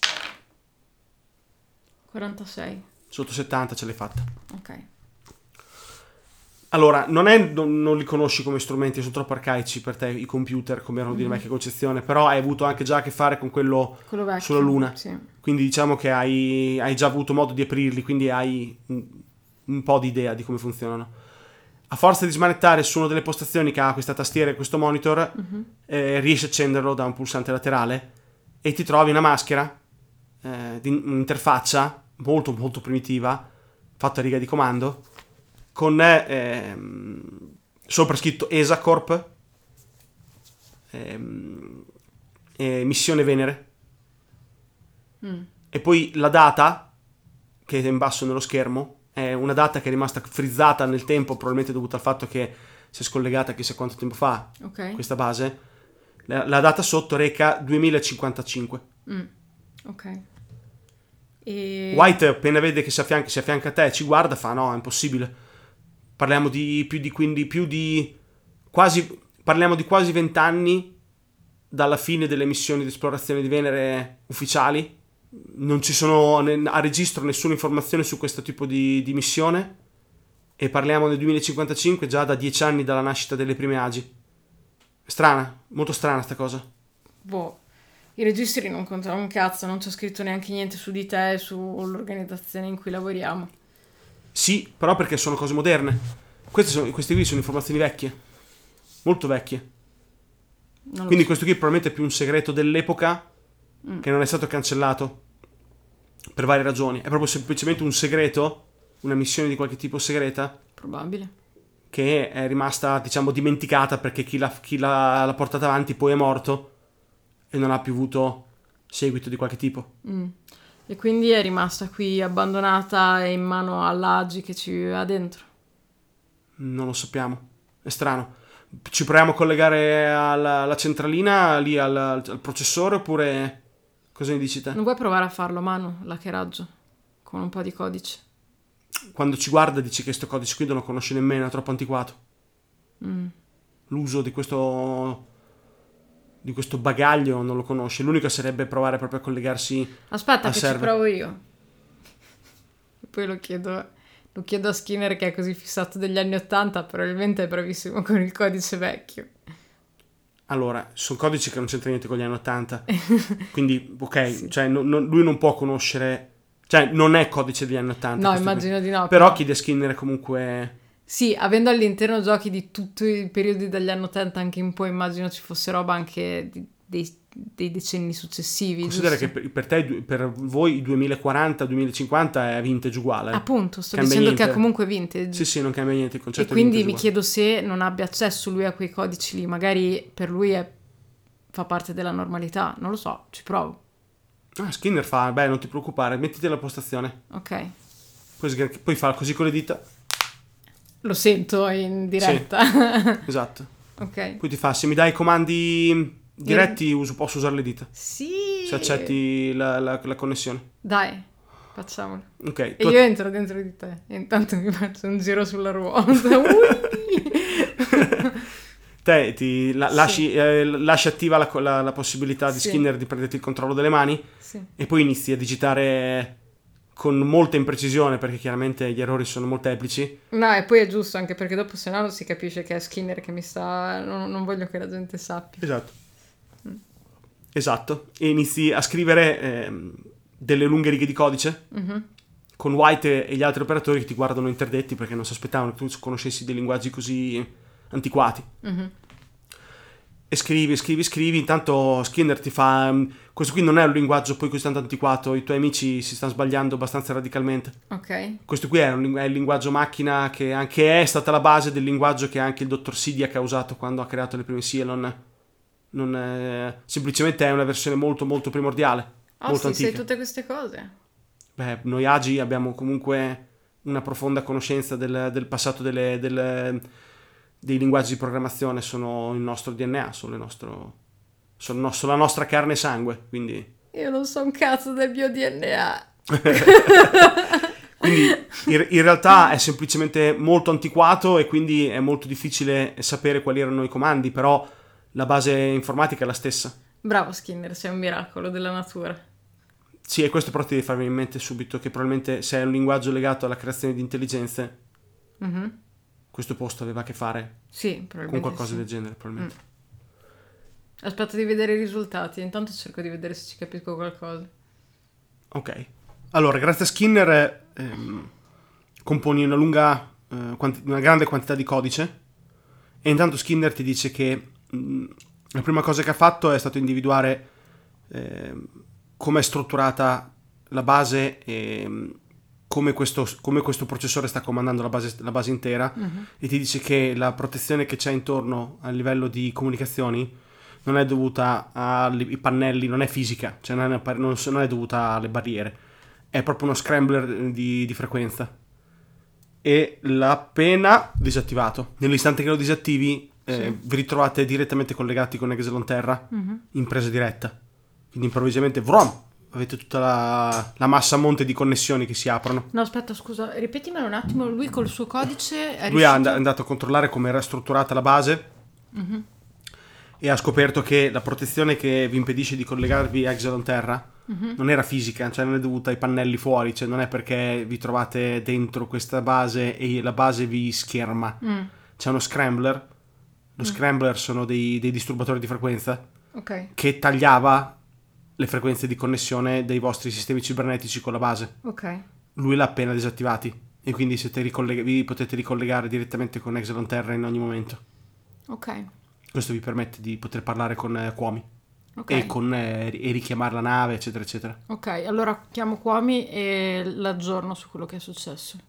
quarantasei. Sotto settanta ce l'hai fatta. Ok. Allora, non, è, non, non li conosci come strumenti, sono troppo arcaici per te i computer, come erano mm-hmm. di vecchia concezione, però hai avuto anche già a che fare con quello, quello vecchio, sulla Luna. Sì. Quindi diciamo che hai, hai già avuto modo di aprirli, quindi hai un, un po' di idea di come funzionano. A forza di smanettare su una delle postazioni che ha questa tastiera e questo monitor, mm-hmm. eh, riesci a accenderlo da un pulsante laterale e ti trovi una maschera eh, di un'interfaccia molto molto primitiva, fatta a riga di comando, con eh, sopra scritto E S A Corp, eh, eh, missione Venere, mm. e poi la data che è in basso nello schermo è una data che è rimasta frizzata nel tempo, probabilmente dovuta al fatto che si è scollegata chissà quanto tempo fa, okay. questa base. La, la data sotto reca duemilacinquantacinque. Mm. Ok. E... White appena vede che si affianca, si affianca a te, ci guarda, fa no, è impossibile. Parliamo di più di quindi più di quasi parliamo di quasi vent'anni dalla fine delle missioni di esplorazione di Venere ufficiali. Non ci sono a registro nessuna informazione su questo tipo di, di missione, e parliamo del duemilacinquantacinque, già da dieci anni dalla nascita delle prime agi. Strana, molto strana sta cosa. Boh, i registri non contano un cazzo, non c'è scritto neanche niente su di te e sull'organizzazione in cui lavoriamo. Sì, però perché sono cose moderne. Queste, sono, queste qui sono informazioni vecchie, molto vecchie. Non Quindi so. questo qui è probabilmente più un segreto dell'epoca Mm. che non è stato cancellato per varie ragioni. È proprio semplicemente un segreto, una missione di qualche tipo segreta, Probabile. che è rimasta, diciamo, dimenticata perché chi l'ha, chi l'ha, l'ha portata avanti poi è morto e non ha più avuto seguito di qualche tipo. Mm. E quindi è rimasta qui abbandonata e in mano all'A G I che ci viveva dentro. Non lo sappiamo, è strano. Ci proviamo a collegare alla, alla centralina, lì al, al processore, oppure cosa ne dici te? Non vuoi provare a farlo a mano, l'hackeraggio, con un po' di codice? Quando ci guarda dici che questo codice qui non lo conosce nemmeno, è troppo antiquato. Mm. L'uso di questo di questo bagaglio non lo conosce. L'unico sarebbe provare proprio a collegarsi Aspetta al che server. ci provo io. E poi lo chiedo, lo chiedo a Skinner, che è così fissato degli anni ottanta, probabilmente è bravissimo con il codice vecchio. Allora, sono codici che non c'entra niente con gli anni ottanta. Quindi, ok, Sì. cioè non- non- lui non può conoscere, cioè non è codice degli anni ottanta. No, questo immagino qui. di no. Però chiede a Skinner comunque. Sì, avendo all'interno giochi di tutti i periodi degli anni ottanta anche in poi, immagino ci fosse roba anche di- dei, dei decenni successivi. Considera giusto? che per, per te, per voi, duemilaquaranta duemilacinquanta è vintage uguale. Appunto, sto Cambia dicendo niente. che è comunque vintage. Sì, sì, non cambia niente il E concetto. è quindi mi vintage chiedo se non abbia accesso lui a quei codici lì, magari per lui è- fa parte della normalità, non lo so, ci provo. uguale. Ah, Skinner fa, beh, non ti preoccupare, mettiti la postazione. Ok, Poi, sgr- poi fa così con le dita. lo sento in diretta. Esatto. Ok. Poi ti fa, se mi dai i comandi diretti uso- posso usare le dita. Sì. Se accetti la, la- la connessione. Dai, facciamolo. Ok. E tu- io entro dentro di te e intanto mi faccio un giro sulla ruota. Ui! Te ti la- Sì. lasci, eh, lasci attiva la, la- la possibilità di Sì. Skinner di prenderti il controllo delle mani Sì. e poi inizi a digitare con molta imprecisione, perché chiaramente gli errori sono molteplici. No, e poi è giusto, anche perché dopo se no non si capisce che è Skinner che mi sta... Non, non voglio che la gente sappia. Esatto. Esatto. E inizi a scrivere ehm, delle lunghe righe di codice Mhm. con White e gli altri operatori che ti guardano interdetti perché non si aspettavano che tu conoscessi dei linguaggi così antiquati. Mhm. E scrivi, scrivi, scrivi, intanto Skinner ti fa "Mm, questo qui non è un linguaggio poi così tanto antiquato, i tuoi amici si stanno sbagliando abbastanza radicalmente. Ok. Questo qui è, un, ling- è il linguaggio macchina che anche è stata la base del linguaggio che anche il dottor Sidiak ha usato quando ha creato le prime Cylon. Non è, semplicemente è una versione molto molto primordiale, Oh, molto sì, sai antica. tutte queste cose. Beh, noi Agi abbiamo comunque una profonda conoscenza del, del passato delle, delle- dei linguaggi di programmazione, sono il nostro D N A, sono, il nostro, sono, no- sono la nostra carne e sangue, quindi, Io non so un cazzo del mio D N A. quindi in, in realtà è semplicemente molto antiquato e quindi è molto difficile sapere quali erano i comandi, però la base informatica è la stessa. Bravo Skinner, sei un miracolo della natura. Sì, e questo però ti devi farmi in mente subito che probabilmente se è un linguaggio legato alla creazione di intelligenze, Mhm. questo posto aveva a che fare Sì, con probabilmente qualcosa sì. del genere, probabilmente. Aspetto di vedere i risultati, intanto cerco di vedere se ci capisco qualcosa. Ok. Allora, grazie a Skinner ehm, componi una lunga, eh, quanti- una grande quantità di codice e intanto Skinner ti dice che mh, la prima cosa che ha fatto è stato individuare ehm, come è strutturata la base e mh, come questo, come questo processore sta comandando la base, la base intera e ti dice che la protezione che c'è intorno a livello di comunicazioni non è dovuta ai pannelli, non è fisica, cioè non è, non non è dovuta alle barriere, è proprio uno scrambler di, di frequenza e l'ha appena disattivato. Nell'istante che lo disattivi eh, Sì. vi ritrovate direttamente collegati con Exelon Terra Mhm. in presa diretta, quindi improvvisamente vrom, avete tutta la, la massa a monte di connessioni che si aprono. No, aspetta, scusa, ripetimelo un attimo. Lui col suo codice è Lui riuscito... è andato a controllare come era strutturata la base Mm-hmm. e ha scoperto che la protezione che vi impedisce di collegarvi a Exelon Terra Mm-hmm. non era fisica, cioè non è dovuta ai pannelli fuori, cioè non è perché vi trovate dentro questa base e la base vi scherma. Mm. C'è uno scrambler, lo Mm. scrambler sono dei, dei disturbatori di frequenza Ok, che tagliava le frequenze di connessione dei vostri sistemi cibernetici con la base. ok. Lui l'ha appena disattivati e quindi siete ricollega- vi potete ricollegare direttamente con Exelon Terra in ogni momento. Ok, Questo vi permette di poter parlare con eh, Kwami ok. e, con, eh, e richiamare la nave, eccetera, eccetera. Ok, allora chiamo Kwami e l'aggiorno su quello che è successo.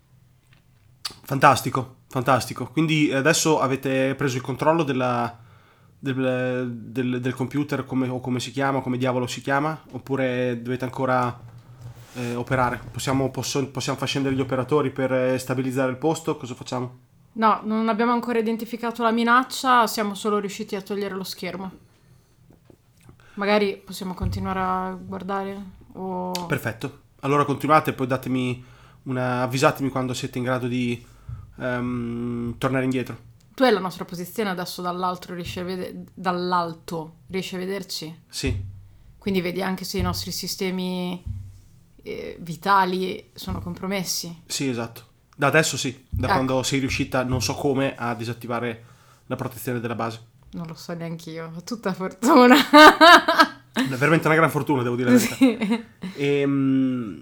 Fantastico, fantastico. Quindi adesso avete preso il controllo della, del, del- del computer, come, o come si chiama, come diavolo si chiama, oppure dovete ancora eh, operare? Possiamo, posso- possiamo far scendere gli operatori per eh, stabilizzare il posto? Cosa facciamo? No, non abbiamo ancora identificato la minaccia, siamo solo riusciti a togliere lo schermo. Magari possiamo continuare a guardare o... Perfetto. Allora continuate, poi datemi una, avvisatemi quando siete in grado di ehm, tornare indietro. Tu hai la nostra posizione adesso dall'alto, riesci a vede- dall'alto, riesci a vederci? Sì, Quindi vedi anche se i nostri sistemi eh, vitali sono compromessi. sì, esatto. Da adesso sì, da Ecco. quando sei riuscita, non so come, a disattivare la protezione della base. Non lo so neanche io, ho tutta fortuna. È veramente una gran fortuna, devo dire la verità. Sì. Ehm,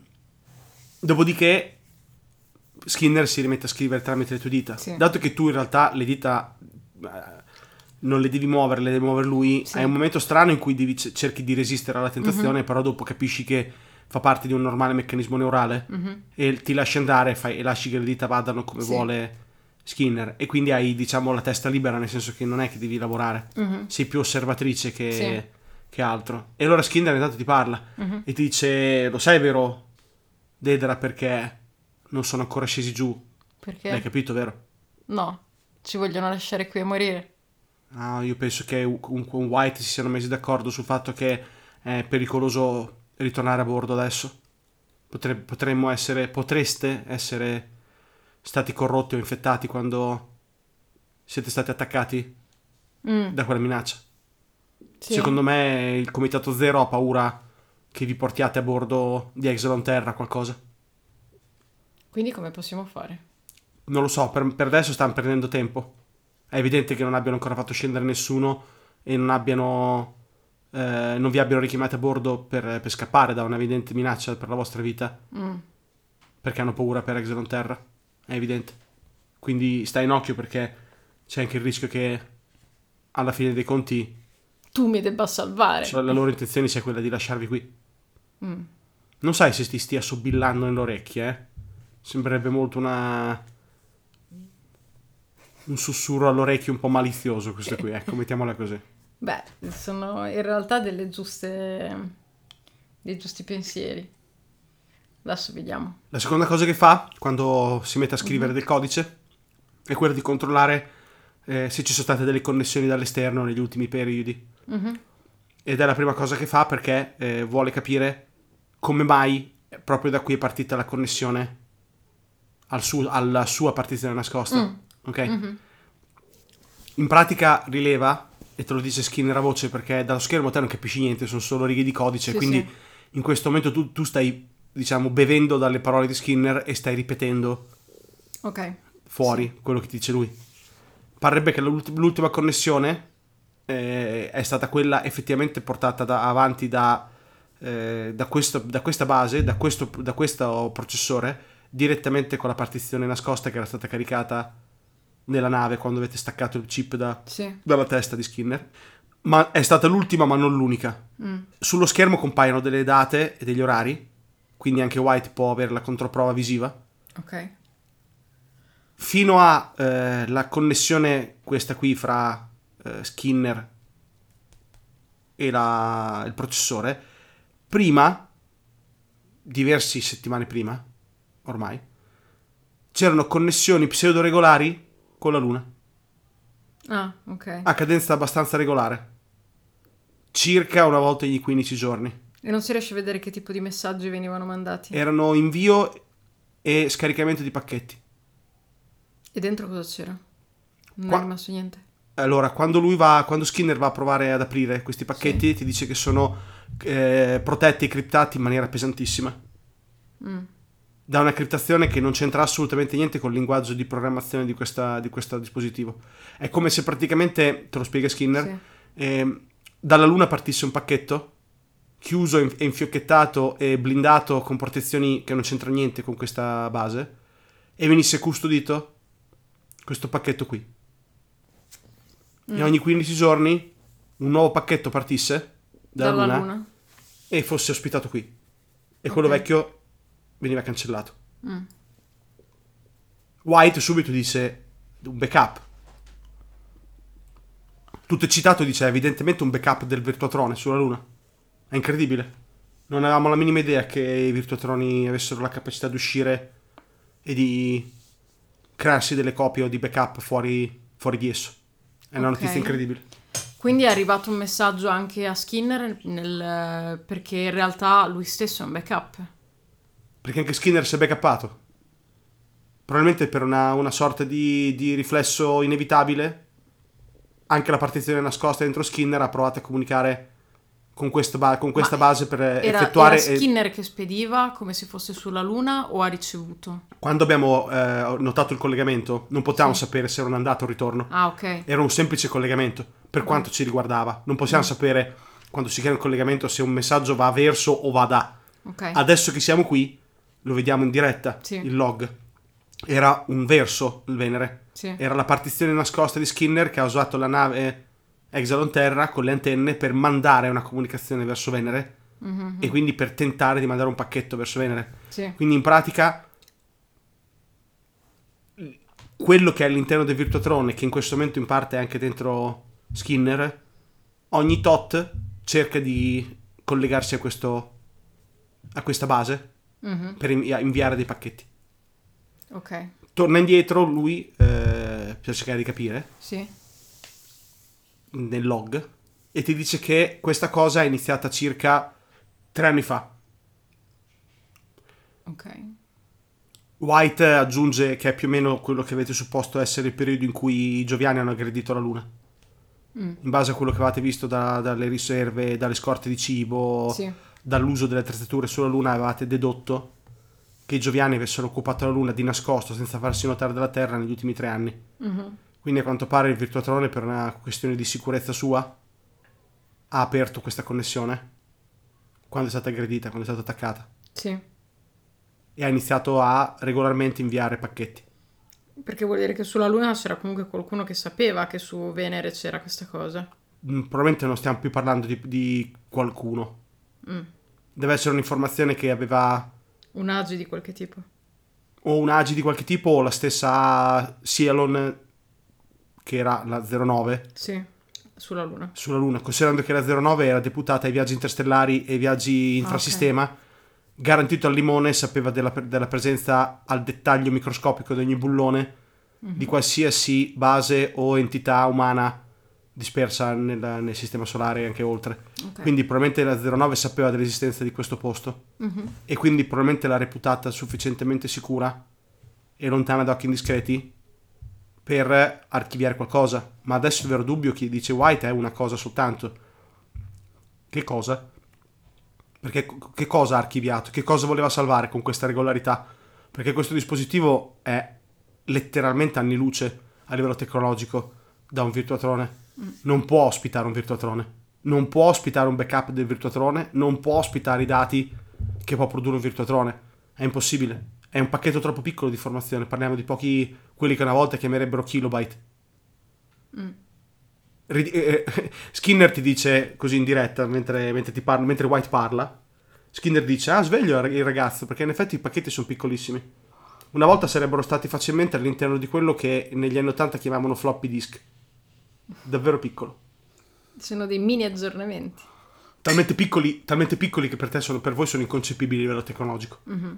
dopodiché Skinner si rimette a scrivere tramite le tue dita. Sì. Dato che tu in realtà le dita eh, non le devi muovere, le deve muovere lui, Sì. hai un momento strano in cui devi, cerchi di resistere alla tentazione, però dopo capisci che fa parte di un normale meccanismo neurale Mhm. e ti lasci andare e, fai, e lasci che le dita vadano come Sì. vuole Skinner, e quindi hai, diciamo, la testa libera, nel senso che non è che devi lavorare, Mhm. sei più osservatrice che, Sì. che altro. E allora Skinner intanto ti parla Mhm. e ti dice: lo sai vero, Dedra, perché non sono ancora scesi giù? Perché? L'hai capito, vero? No, ci vogliono lasciare qui a morire. No, io penso che un, un White si siano messi d'accordo sul fatto che è pericoloso ritornare a bordo adesso. Potre- potremmo essere, potreste essere stati corrotti o infettati quando siete stati attaccati Mm, da quella minaccia. sì. Secondo me il Comitato Zero ha paura che vi portiate a bordo di Exelon Terra qualcosa. Quindi come possiamo fare? Non lo so, per, per adesso stanno perdendo tempo. È evidente che non abbiano ancora fatto scendere nessuno e non abbiano eh, non vi abbiano richiamati a bordo per, per scappare da un'evidente minaccia per la vostra vita, Mm, perché hanno paura per Exelon Terra. È evidente. Quindi stai in occhio, perché c'è anche il rischio che alla fine dei conti tu mi debba salvare. la loro intenzione sia quella di lasciarvi qui. Mm. Non sai se ti stia sobillando nelle orecchie, eh? Sembrerebbe molto una un sussurro all'orecchio un po' malizioso questo qui, ecco, mettiamola così. Beh, sono in realtà delle giuste... dei giusti pensieri. Adesso vediamo. La seconda cosa che fa quando si mette a scrivere del codice è quella di controllare eh, se ci sono state delle connessioni dall'esterno negli ultimi periodi. Mhm. Ed è la prima cosa che fa, perché eh, vuole capire come mai proprio da qui è partita la connessione al su- alla sua partizione nascosta. Mm. Ok? Mhm. In pratica rileva, e te lo dice Skinner a voce, perché dallo schermo te non capisci niente, sono solo righe di codice, Sì, quindi sì. in questo momento tu, tu stai, diciamo, bevendo dalle parole di Skinner e stai ripetendo Ok. fuori quello che ti dice lui. Parrebbe che l'ult- l'ultima connessione eh, è stata quella effettivamente portata da- avanti da, eh, da, questo- da questa base, da questo, da questo processore, direttamente con la partizione nascosta che era stata caricata nella nave quando avete staccato il chip da, Sì. dalla testa di Skinner. Ma è stata l'ultima, ma non l'unica. Mm. Sullo schermo compaiono delle date e degli orari, quindi anche White può avere la controprova visiva. Ok. Fino a eh, la connessione questa qui fra eh, Skinner e la- il processore, prima, diversi settimane prima, ormai, c'erano connessioni pseudo-regolari con la Luna, Ah, ok. a cadenza abbastanza regolare, circa una volta ogni quindici giorni. E non si riesce a vedere che tipo di messaggi venivano mandati? Erano invio e scaricamento di pacchetti. E dentro cosa c'era? Non Qua- è rimasto niente? Allora, quando lui va, quando Skinner va a provare ad aprire questi pacchetti, Sì. ti dice che sono eh, protetti e criptati in maniera pesantissima. Mm. Da una criptazione che non c'entra assolutamente niente con il linguaggio di programmazione di, questa, di questo dispositivo. È come se praticamente, te lo spiega Skinner, Sì. eh, dalla Luna partisse un pacchetto chiuso e infiocchettato e blindato con protezioni che non c'entra niente con questa base e venisse custodito questo pacchetto qui. Mm. E ogni quindici giorni un nuovo pacchetto partisse dalla, Dalla Luna, Luna. e fosse ospitato qui. E quello Ok. vecchio veniva cancellato. Mm. White subito dice un backup. Tutto eccitato dice evidentemente un backup del Virtuatrone sulla Luna. È incredibile. Non avevamo la minima idea che i Virtuatroni avessero la capacità di uscire e di crearsi delle copie o di backup fuori, fuori di esso. È una Ok. notizia incredibile. Quindi è arrivato un messaggio anche a Skinner nel- perché in realtà lui stesso è un backup. Perché anche Skinner si è backuppato. Probabilmente per una, una sorta di, di riflesso inevitabile. Anche la partizione nascosta dentro Skinner ha provato a comunicare con questa, ba- con questa Ma base per Era, effettuare. era Skinner che spediva come se fosse sulla Luna o ha ricevuto? Quando abbiamo eh, notato il collegamento, non potevamo Sì. sapere se era un andato o un ritorno. Ah, ok. Era un semplice collegamento, per quanto ci riguardava. Non possiamo Mm. sapere, quando si crea un collegamento, se un messaggio va verso o va da. Ok. Adesso che siamo qui, lo vediamo in diretta, Sì. il log. Era un verso il Venere. Sì. Era la partizione nascosta di Skinner che ha usato la nave Exalon Terra con le antenne per mandare una comunicazione verso Venere Mhm. e quindi per tentare di mandare un pacchetto verso Venere. Sì. Quindi in pratica quello che è all'interno del Virtuatrone, che in questo momento in parte è anche dentro Skinner, ogni tot cerca di collegarsi a questo a questa base Mhm. per invi- inviare dei pacchetti. Ok. Torna indietro lui eh, per cercare di capire Sì. nel log e ti dice che questa cosa è iniziata circa tre anni fa. Ok. White aggiunge che è più o meno quello che avete supposto essere il periodo in cui i Gioviani hanno aggredito la Luna. Mm. In base a quello che avevate visto da- dalle riserve, dalle scorte di cibo, Sì. dall'uso delle attrezzature sulla Luna, avevate dedotto che i Gioviani avessero occupato la Luna di nascosto senza farsi notare dalla Terra negli ultimi tre anni. Mhm. Quindi a quanto pare il Virtuatrone, per una questione di sicurezza sua, ha aperto questa connessione quando è stata aggredita, quando è stata attaccata, Sì. e ha iniziato a regolarmente inviare pacchetti. Perché vuol dire che sulla Luna c'era comunque qualcuno che sapeva che su Venere c'era questa cosa. Mm, Probabilmente non stiamo più parlando di, di qualcuno. Mm. Deve essere un'informazione che aveva Un agi di qualche tipo. o un A G I di qualche tipo o la stessa Cylon, che era la zero nove, Sì. Sulla Luna. sulla Luna, considerando che la zero nove era deputata ai viaggi interstellari e ai viaggi infrasistema, garantito al limone, sapeva della, della presenza al dettaglio microscopico di ogni bullone, Mhm. di qualsiasi base o entità umana dispersa nel, nel sistema solare e anche oltre. Ok. Quindi probabilmente la zero nove sapeva dell'esistenza di questo posto Mhm. e quindi probabilmente l'ha reputata sufficientemente sicura e lontana da occhi indiscreti per archiviare qualcosa. Ma adesso il vero dubbio, chi dice White, è una cosa soltanto. Che cosa? Perché che cosa ha archiviato? Che cosa voleva salvare con questa regolarità? Perché questo dispositivo è letteralmente anni luce a livello tecnologico da un Virtuatrone. Non può ospitare un Virtuatrone. Non può ospitare un backup del Virtuatrone. Non può ospitare i dati che può produrre un Virtuatrone. È impossibile. È un pacchetto troppo piccolo di informazione. Parliamo di pochi, quelli che una volta chiamerebbero kilobyte. Mm. Rid- eh, eh, Skinner ti dice così in diretta mentre, mentre, ti parla, mentre White parla. Skinner dice: ah, sveglio il ragazzo, perché in effetti i pacchetti sono piccolissimi. Una volta sarebbero stati facilmente all'interno di quello che negli anni ottanta chiamavano floppy disk. Davvero piccolo. Sono dei mini aggiornamenti. Talmente piccoli, talmente piccoli che per te sono, per voi sono inconcepibili a livello tecnologico. Mhm.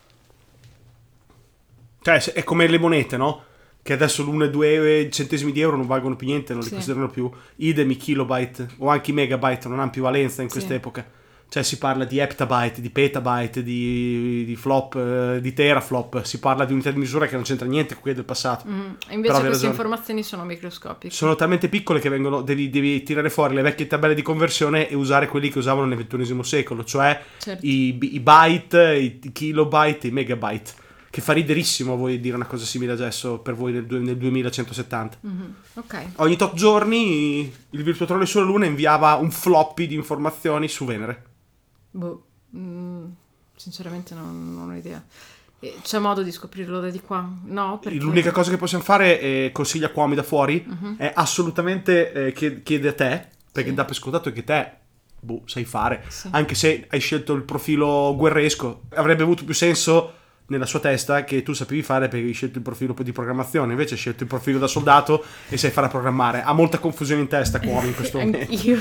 Cioè, se- è come le monete, no? Che adesso l'uno e due centesimi di euro non valgono più niente, non li Sì. considerano più. Idem i kilobyte o anche i megabyte non hanno più valenza in Sì. quest'epoca. Cioè si parla di heptabyte, di petabyte, di, di flop, eh, di teraflop, si parla di unità di misura che non c'entra niente con quelle del passato. Mm. Invece Però queste avevi ragione. informazioni sono microscopiche. Sono talmente piccole che vengono, devi, devi tirare fuori le vecchie tabelle di conversione e usare quelli che usavano nel ventunesimo secolo, cioè Certo. i, i byte, i, i kilobyte, i megabyte. Che fa riderissimo voi dire una cosa simile adesso per voi nel, nel duemilacentosettanta. Mm-hmm. Ok. Ogni tot giorni il Virtuatrone sulla Luna inviava un floppy di informazioni su Venere. Boh, mm, sinceramente non, non ho idea. E c'è modo di scoprirlo da di qua? No? Perché... L'unica cosa che possiamo fare, e consiglia Cuomi da fuori, Mhm. è assolutamente eh, chied- chiede a te, perché Sì. dà per scontato che te boh, sai fare, Sì. anche se hai scelto il profilo guerresco, avrebbe avuto più senso nella sua testa che tu sapevi fare perché hai scelto il profilo di programmazione, invece hai scelto il profilo da soldato e sai fare a programmare. Ha molta confusione in testa Cuomi in questo momento. Anch'io.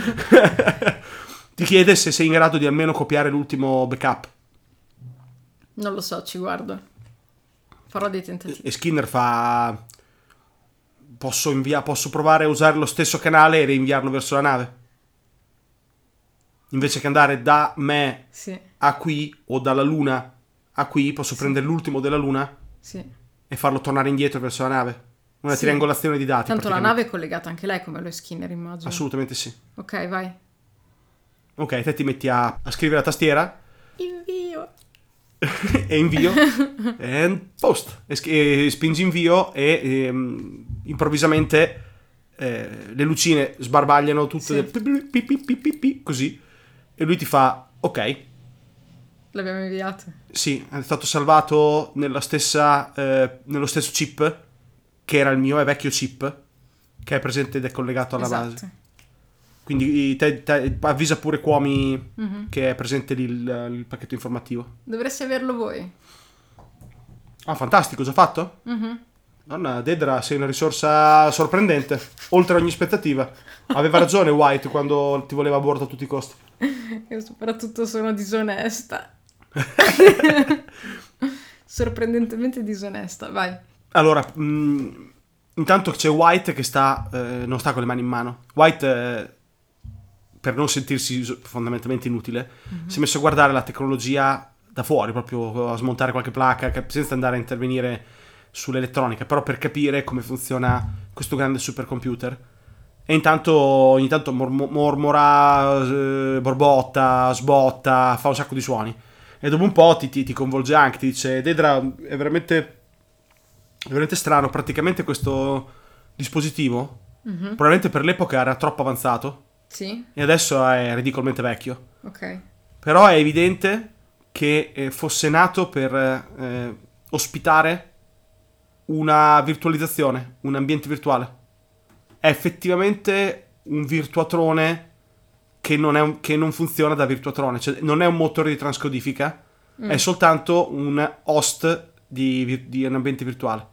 Ti chiede se sei in grado di almeno copiare l'ultimo backup. Non lo so, ci guardo. Farò dei tentativi. E Skinner fa: posso, invia- posso provare a usare lo stesso canale e reinviarlo verso la nave? Invece che andare da me Sì, a qui o dalla Luna a qui, posso Sì. prendere l'ultimo della Luna sì. e farlo tornare indietro verso la nave. Una Sì. triangolazione di dati. Tanto la praticamente. nave è collegata anche lei come lo è Skinner, immagino. Assolutamente sì. Ok, vai. Ok, te ti metti a, a scrivere la tastiera Invio. e invio and post e, sch- e spingi invio e ehm, improvvisamente eh, le lucine sbarbagliano tutte Sì. le pi- pi- pi- pi- pi- pi- così e lui ti fa ok, L'abbiamo inviato. sì, è stato salvato nella stessa eh, nello stesso chip che era il mio, è vecchio chip che è presente ed è collegato alla Esatto. base, quindi te, te, avvisa pure Cuomi Mhm. che è presente lì il, il pacchetto informativo. Dovreste averlo voi. Ah, fantastico, già fatto? Mhm. Donna, Dedra, sei una risorsa sorprendente, oltre ogni aspettativa. Aveva ragione White quando ti voleva a bordo a tutti i costi. Io soprattutto sono disonesta. Sorprendentemente disonesta. Vai. Allora, mh, intanto c'è White che sta, eh, non sta con le mani in mano. White, eh, per non sentirsi so- fondamentalmente inutile, si è messo a guardare la tecnologia da fuori, proprio a smontare qualche placca, cap- senza andare a intervenire sull'elettronica, però per capire come funziona questo grande supercomputer. E intanto ogni tanto mormo- mormora, eh, borbotta, sbotta, fa un sacco di suoni. E dopo un po' ti, ti, ti coinvolge anche, ti dice: Dedra, è veramente, è veramente strano, praticamente questo dispositivo, Mhm. probabilmente per l'epoca era troppo avanzato Sì, e adesso è ridicolmente vecchio. ok. Però è evidente che eh, fosse nato per eh, ospitare una virtualizzazione, un ambiente virtuale. È effettivamente un virtuatrone che non, è un- che non funziona da virtuatrone, cioè non è un motore di transcodifica, Mm. è soltanto un host di, vir- di un ambiente virtuale.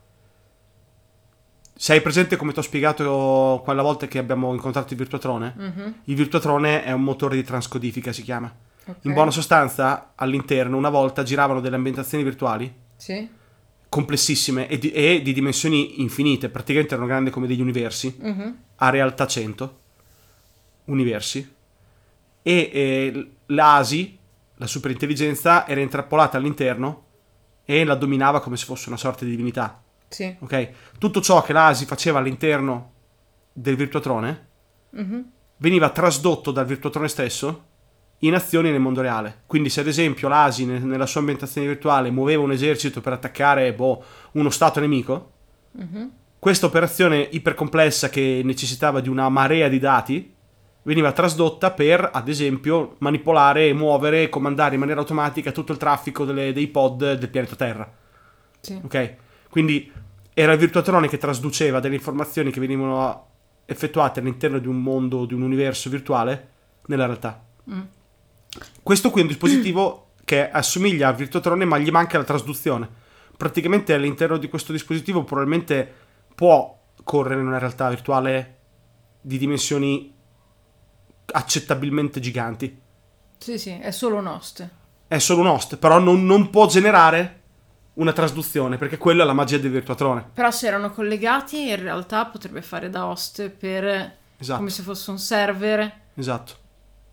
Sei presente come ti ho spiegato quella volta che abbiamo incontrato il virtuatrone? Mhm. Il virtuatrone è un motore di transcodifica, si chiama. Ok. In buona sostanza, all'interno una volta giravano delle ambientazioni virtuali Sì. complessissime e di, e di dimensioni infinite, praticamente erano grandi come degli universi, Mhm. a realtà cento universi, e eh, l'A S I, la superintelligenza, era intrappolata all'interno e la dominava come se fosse una sorta di divinità. Sì. Ok? Tutto ciò che l'A S I faceva all'interno del virtuatrone Mhm. veniva trasdotto dal virtuatrone stesso in azioni nel mondo reale. Quindi se ad esempio l'A S I ne- nella sua ambientazione virtuale muoveva un esercito per attaccare boh, uno stato nemico, Mhm. questa operazione ipercomplessa che necessitava di una marea di dati veniva trasdotta per, ad esempio, manipolare, muovere e comandare in maniera automatica tutto il traffico delle- dei pod del pianeta Terra. Sì. Ok? Quindi era il virtuatrone che trasduceva delle informazioni che venivano effettuate all'interno di un mondo, di un universo virtuale, nella realtà. Mm. Questo qui è un dispositivo che assomiglia al virtuatrone, ma gli manca la trasduzione. Praticamente all'interno di questo dispositivo probabilmente può correre in una realtà virtuale di dimensioni accettabilmente giganti. Sì, sì, è solo un host. È solo un host, però non, non può generare una trasduzione, perché quella è la magia del virtuatrone. Però se erano collegati, in realtà potrebbe fare da host per... Esatto. come se fosse un server Esatto.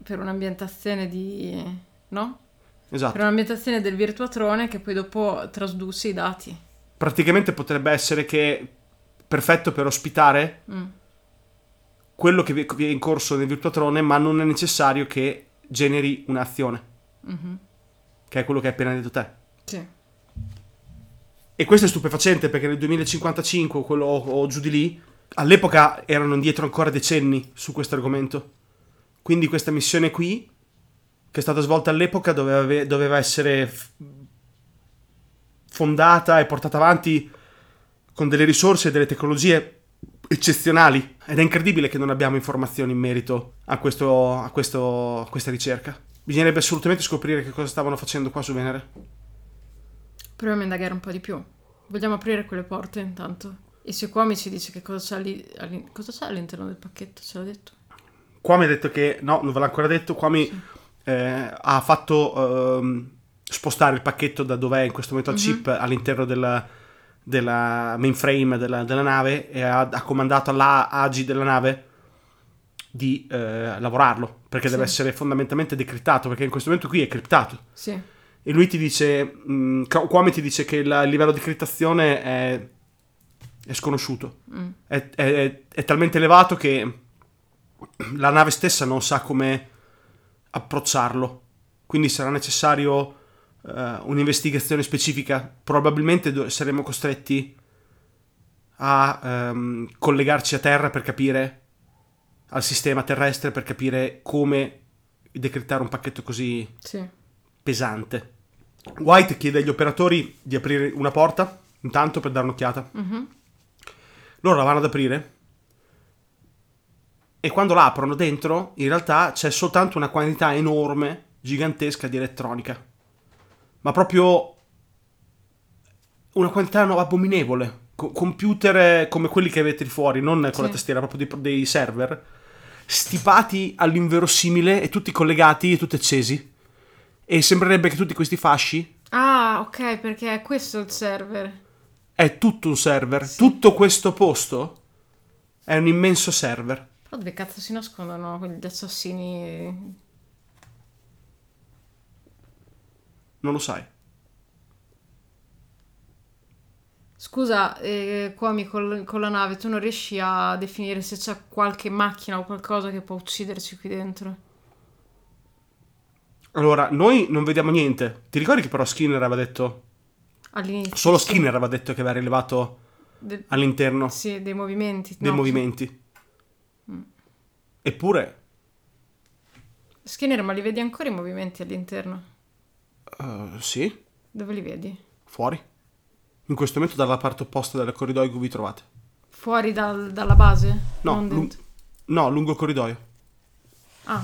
per un'ambientazione di... no? Esatto. Per un'ambientazione del virtuatrone che poi dopo trasduce i dati. Praticamente potrebbe essere che perfetto per ospitare Mm. quello che vi è in corso nel virtuatrone, ma non è necessario che generi un'azione, Mm-hmm. che è quello che hai appena detto te. Sì. E questo è stupefacente perché nel duemilacinquantacinque, quello o, o giù di lì, all'epoca erano indietro ancora decenni su questo argomento. Quindi questa missione qui, che è stata svolta all'epoca, doveva, doveva essere f- fondata e portata avanti con delle risorse e delle tecnologie eccezionali. Ed è incredibile che non abbiamo informazioni in merito a, questo, a, questo, a questa ricerca. Bisognerebbe assolutamente scoprire che cosa stavano facendo qua su Venere. Proviamo a indagare un po' di più. Vogliamo aprire quelle porte intanto. E se qua mi ci dice che cosa c'è, lì, all'in- cosa c'è all'interno del pacchetto, ce l'ha detto? Qua mi ha detto che, no, non ve l'ha ancora detto, qua mi Sì. eh, ha fatto ehm, spostare il pacchetto da dove è in questo momento al Mhm. chip all'interno della, della mainframe della, della nave e ha, ha comandato all'A G della nave di eh, lavorarlo, perché Sì. deve essere fondamentalmente decriptato, perché in questo momento qui è criptato. Sì. E lui ti dice, mh, Kwame ti dice che il livello di criptazione è, è sconosciuto. Mm. È, è- è talmente elevato che la nave stessa non sa come approcciarlo. Quindi sarà necessario eh, un'investigazione specifica. Probabilmente do- saremo costretti a ehm, collegarci a terra per capire, al sistema terrestre, per capire come decrittare un pacchetto così Sì. pesante. White chiede agli operatori di aprire una porta, intanto, per dare un'occhiata. Mhm. Loro la vanno ad aprire e quando la aprono dentro, in realtà c'è soltanto una quantità enorme, gigantesca di elettronica. Ma proprio una quantità no, abominevole. Co- computer come quelli che avete di fuori, non con Sì. la tastiera, proprio dei, dei server, stipati all'inverosimile e tutti collegati e tutti accesi. E sembrerebbe che tutti questi fasci Ah, ok, perché è questo il server. è tutto un server. Sì. Tutto questo posto è un immenso server. Però dove cazzo si nascondono quegli assassini? Non lo sai. Scusa, eh, Kwame, col- con la nave tu non riesci a definire se c'è qualche macchina o qualcosa che può ucciderci qui dentro? Allora, noi non vediamo niente. Ti ricordi che però Skinner aveva detto... All'inizio. Solo sì. Skinner aveva detto che aveva rilevato De- all'interno sì, dei movimenti. dei no, movimenti. Eppure... Skinner, ma li vedi ancora i movimenti all'interno? eh, sì, Dove li vedi? fuori. In questo momento dalla parte opposta del corridoio in cui vi trovate. Fuori dal- dalla base? No, Non lung- dentro. no, lungo il corridoio. Ah,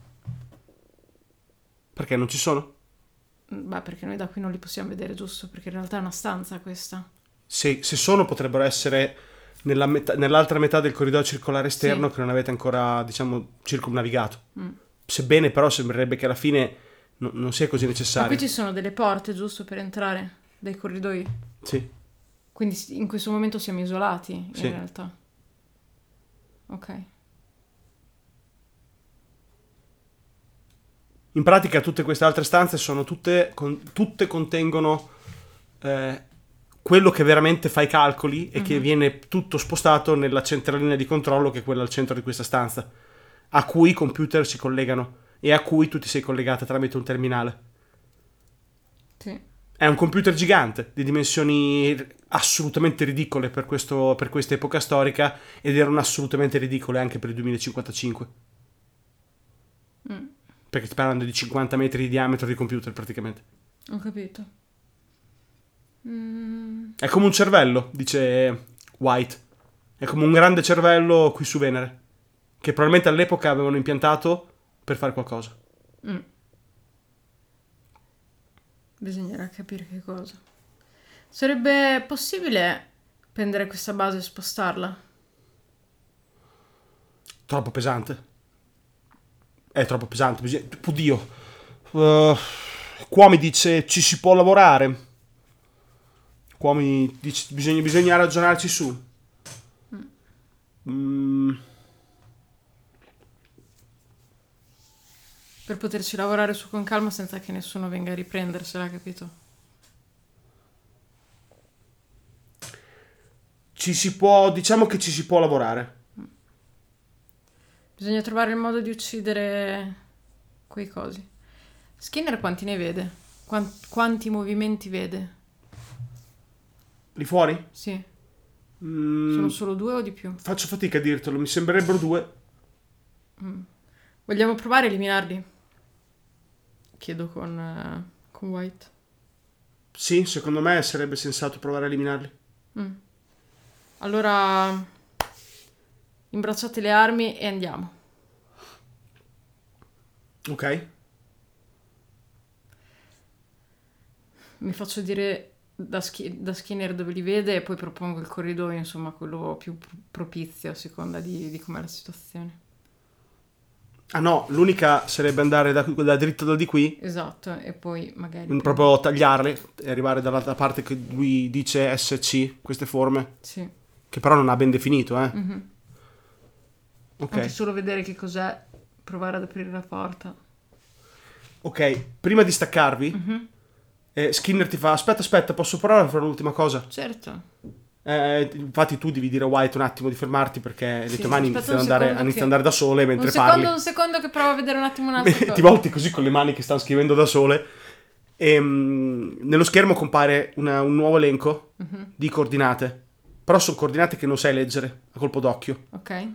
Perché non ci sono? beh, perché noi da qui non li possiamo vedere, giusto? Perché in realtà è una stanza questa. Se, se sono, potrebbero essere nella metà- nell'altra metà del corridoio circolare esterno Sì. che non avete ancora, diciamo, circumnavigato. Mm. Sebbene però sembrerebbe che alla fine no- non sia così Ma necessario. qui ci sono delle porte, giusto, per entrare dai corridoi. Sì. Quindi s- in questo momento siamo isolati, in Sì. realtà. Ok. In pratica tutte queste altre stanze sono tutte, con- tutte contengono eh, quello che veramente fa i calcoli e che Mhm. viene tutto spostato nella centralina di controllo che è quella al centro di questa stanza, a cui i computer si collegano e a cui tu ti sei collegata tramite un terminale. Sì. È un computer gigante di dimensioni assolutamente ridicole per, questo, per questa epoca storica ed erano assolutamente ridicole anche per il duemilacinquantacinque. Mm, Perché ti parlano di cinquanta metri di diametro di computer praticamente. ho capito. Mm, È come un cervello, dice White. È come un grande cervello qui su Venere, che probabilmente all'epoca avevano impiantato per fare qualcosa. mm. Bisognerà capire che cosa. Sarebbe possibile prendere questa base e spostarla? Troppo pesante. È troppo pesante. bisogna- Oddio. Uh, qua mi dice ci si può lavorare. Qua mi dice bisogna, bisogna ragionarci su. Mm. per poterci lavorare su con calma senza che nessuno venga a riprendersela, capito? Ci si può, diciamo che ci si può lavorare. Bisogna trovare il modo di uccidere quei cosi. Skinner quanti ne vede? Quant- quanti movimenti vede? Lì fuori? Sì. Mm, Sono solo due o di più? faccio fatica a dirtelo, mi sembrerebbero due. Mm. Vogliamo provare a eliminarli? Chiedo con, eh, con White. Sì, secondo me sarebbe sensato provare a eliminarli. Mm. Allora, imbracciate le armi e andiamo. Ok. Mi faccio dire da, Ski- da Skinner dove li vede e poi propongo il corridoio, insomma, quello più pro- propizio a seconda di, di com'è la situazione. Ah no, l'unica sarebbe andare da, da dritto da di qui, Esatto, e poi magari... mm, più- proprio tagliarle e arrivare dall'altra parte che lui dice S C, queste forme, Sì. che però non ha ben definito, eh. Mhm. Ok. Anche solo vedere che cos'è, provare ad aprire la porta. Ok, prima di staccarvi, Mhm. eh, Skinner ti fa, aspetta, aspetta, posso provare a fare un'ultima cosa? Certo. Eh, infatti tu devi dire a White un attimo di fermarti perché le Sì, tue mani aspetta iniziano, un ad andare, secondo iniziano che- ad andare da sole mentre Un secondo, parli. un secondo che provo a vedere un attimo un'altra cosa. Ti volti così con le mani che stanno scrivendo da sole. E, mm, nello schermo compare una- un nuovo elenco Mhm. di coordinate. Però sono coordinate che non sai leggere a colpo d'occhio. Ok.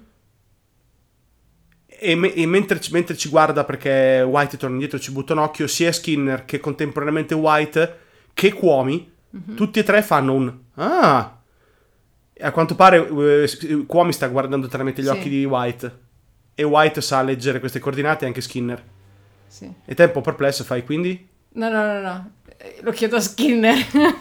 E, me- e mentre, ci- mentre ci guarda, perché White torna indietro e ci butta un occhio, sia Skinner che contemporaneamente White che Kwame, Mhm. tutti e tre fanno un ah. E a quanto pare eh, Kwame sta guardando tramite gli Sì. occhi di White. E White sa leggere queste coordinate, anche Skinner. Sì. E te un po' perplesso fai, quindi? No, no, no, no. Eh, Lo chiedo a Skinner.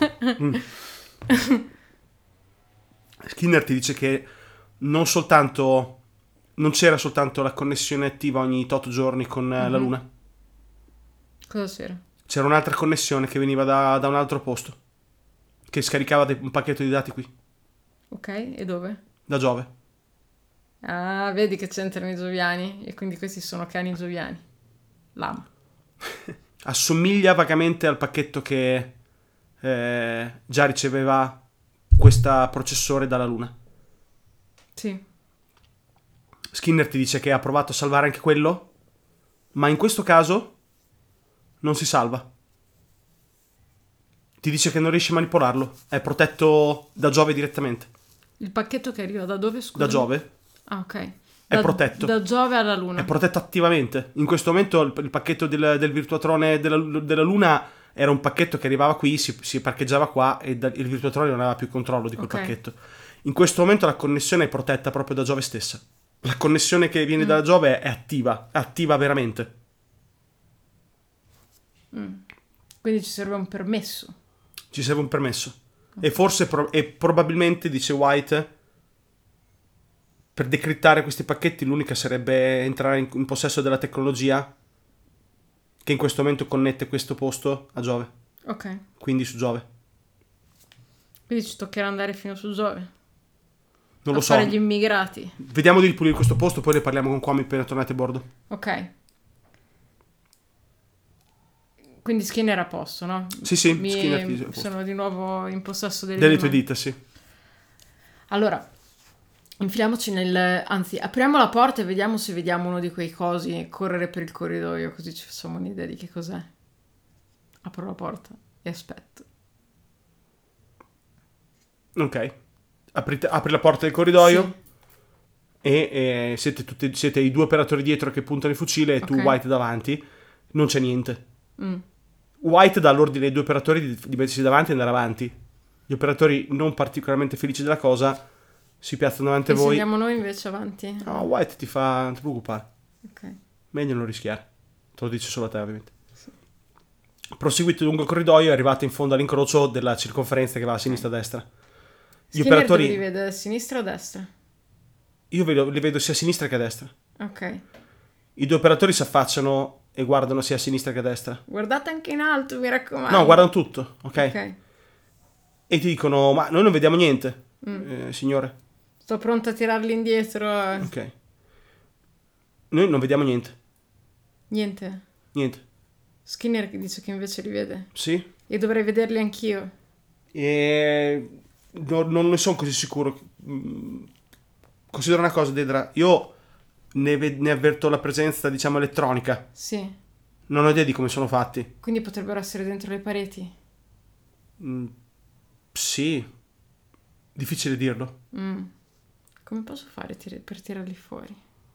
Skinner ti dice che non soltanto non c'era soltanto la connessione attiva ogni tot giorni con eh, la Mhm. Luna, Cosa c'era? c'era un'altra connessione che veniva da, da un altro posto, che scaricava dei- un pacchetto di dati qui, Ok, e dove? da Giove. Ah, vedi che c'entrano i Gioviani. E quindi questi sono cani Gioviani. Lama. Assomiglia vagamente al pacchetto che eh, già riceveva questo processore dalla Luna. Sì. Skinner ti dice che ha provato a salvare anche quello, ma in questo caso non si salva. Ti dice che non riesce a manipolarlo, è protetto da Giove direttamente. Il pacchetto che arriva da dove, scusa? Da Giove Ah, ok. è Da- protetto. Da Giove alla Luna. È protetto attivamente. In questo momento il, il pacchetto del, del virtuatrone della, della Luna era un pacchetto che arrivava qui, si, si parcheggiava qua e da- il virtuatrone non aveva più controllo di quel Ok. pacchetto. In questo momento la connessione è protetta proprio da Giove stessa. La connessione che viene Mm. da Giove è attiva, è attiva veramente. Mm. Quindi ci serve un permesso. Ci serve un permesso. E forse pro- e probabilmente, dice White, per decrittare questi pacchetti l'unica sarebbe entrare in, in possesso della tecnologia che in questo momento connette questo posto a Giove, Ok. quindi su Giove. Quindi ci toccherà andare fino su Giove. Non a lo so. fare gli immigrati. Vediamo di ripulire questo posto, poi ne parliamo con Kwame appena tornate a bordo. Ok. Quindi Skinner a posto, no? Sì, sì, Mi- Skinner ti dice a posto. sono di nuovo in possesso delle, Delle mie tue mani. dita, sì. Allora, infiliamoci nel... Anzi, apriamo la porta e vediamo se vediamo uno di quei cosi correre per il corridoio, così ci facciamo un'idea di che cos'è. Apro la porta e aspetto. Ok. Aprite- apri la porta del corridoio Sì. e, e siete, tutti, siete i due operatori dietro che puntano il fucile e tu Ok. White davanti. Non c'è niente. Mm. White dà l'ordine ai due operatori di, di mettersi davanti e andare avanti. Gli operatori non particolarmente felici della cosa si piazzano davanti E a se voi. andiamo noi invece avanti? No, White ti fa, non ti preoccupare, Ok. meglio non rischiare. Te lo dice solo a te, ovviamente. Proseguite lungo il corridoio e arrivate in fondo all'incrocio della circonferenza che va a sinistra e a destra. Gli Skinner operatori, dove li vede? A sinistra o a destra? io vedo- li vedo sia a sinistra che a destra. Ok. I due operatori si affacciano e guardano sia a sinistra che a destra. Guardate anche in alto, mi raccomando. No, guardano tutto, ok? Ok. E ti dicono, ma noi non vediamo niente, Mm. eh, signore. Sto pronta a tirarli indietro. Ok. Noi non vediamo niente. Niente. Niente. Skinner che dice che invece li vede. Sì? E dovrei vederli anch'io. E no, non ne sono così sicuro. Considero una cosa, Dedra, io ne, ve- ne avverto la presenza, diciamo, elettronica. Sì. Non ho idea di come sono fatti. Quindi potrebbero essere dentro le pareti. Mm, sì. Difficile dirlo. Mm. Come posso fare tir- per tirarli fuori?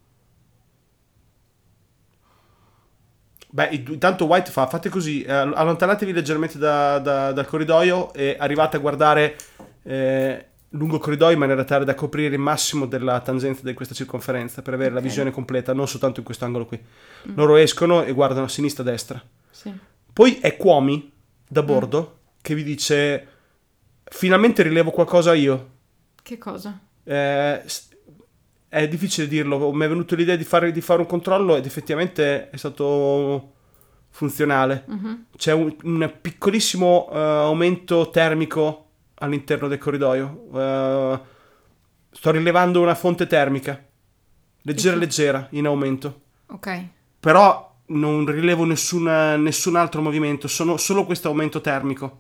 Beh, intanto White fa, fate così, eh, allontanatevi leggermente da, da- dal corridoio e arrivate a guardare eh, lungo il corridoio in maniera tale da coprire il massimo della tangenza di questa circonferenza per avere Ok. la visione completa, non soltanto in questo angolo qui. Loro escono e guardano a sinistra e a destra. Sì. Poi è Kwame da bordo che vi dice: finalmente rilevo qualcosa io. Che cosa? Eh, s- è difficile dirlo, mi è venuto l'idea di fare, di fare un controllo ed effettivamente è stato funzionale. Mhm. C'è un, un piccolissimo eh, aumento termico all'interno del corridoio. Eh, sto rilevando una fonte termica leggera E che- leggera in aumento, Ok. però non rilevo nessuna- nessun altro movimento, sono solo questo aumento termico.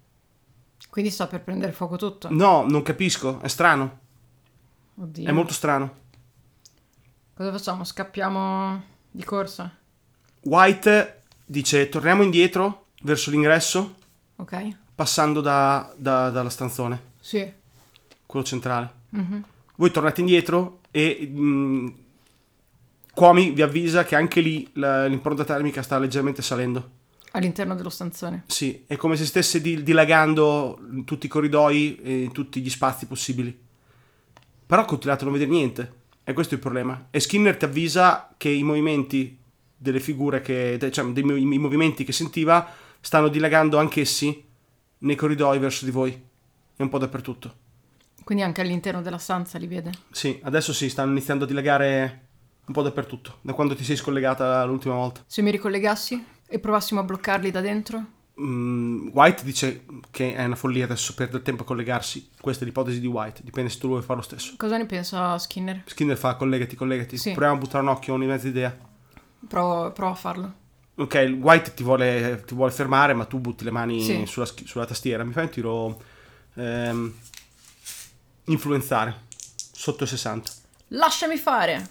Quindi sta per prendere fuoco tutto. No, non capisco, è strano, Oddio. è molto strano. Cosa facciamo? Scappiamo di corsa? White dice: torniamo indietro verso l'ingresso, Ok? passando da, da- dalla stanzone, Sì. quello centrale. Mhm. Voi tornate indietro e mh, Kwame vi avvisa che anche lì la- l'impronta termica sta leggermente salendo. All'interno dello stanzone. Sì, è come se stesse di- dilagando in tutti i corridoi e in tutti gli spazi possibili. Però continuate a non vedere niente, e questo è il problema. E Skinner ti avvisa che i movimenti delle figure, che, de- cioè dei, mo- i movimenti che sentiva, stanno dilagando anch'essi nei corridoi verso di voi, e un po' dappertutto. Quindi anche all'interno della stanza li vede. Sì, adesso sì, stanno iniziando a dilagare un po' dappertutto, da quando ti sei scollegata l'ultima volta. Se mi ricollegassi e provassimo a bloccarli da dentro? Mm, White dice che è una follia adesso perdere tempo a collegarsi. Questa è l'ipotesi di White, dipende se tu vuoi fare lo stesso. Cosa ne pensa Skinner? Skinner fa collegati, collegati. Sì. Proviamo a buttare un occhio, ogni mezza idea. Provo, provo a farlo. Ok, White ti vuole, ti vuole fermare, ma tu butti le mani Sì. sulla, schi- sulla tastiera. Mi fai un tiro ehm, influenzare sotto sessanta. Lasciami fare!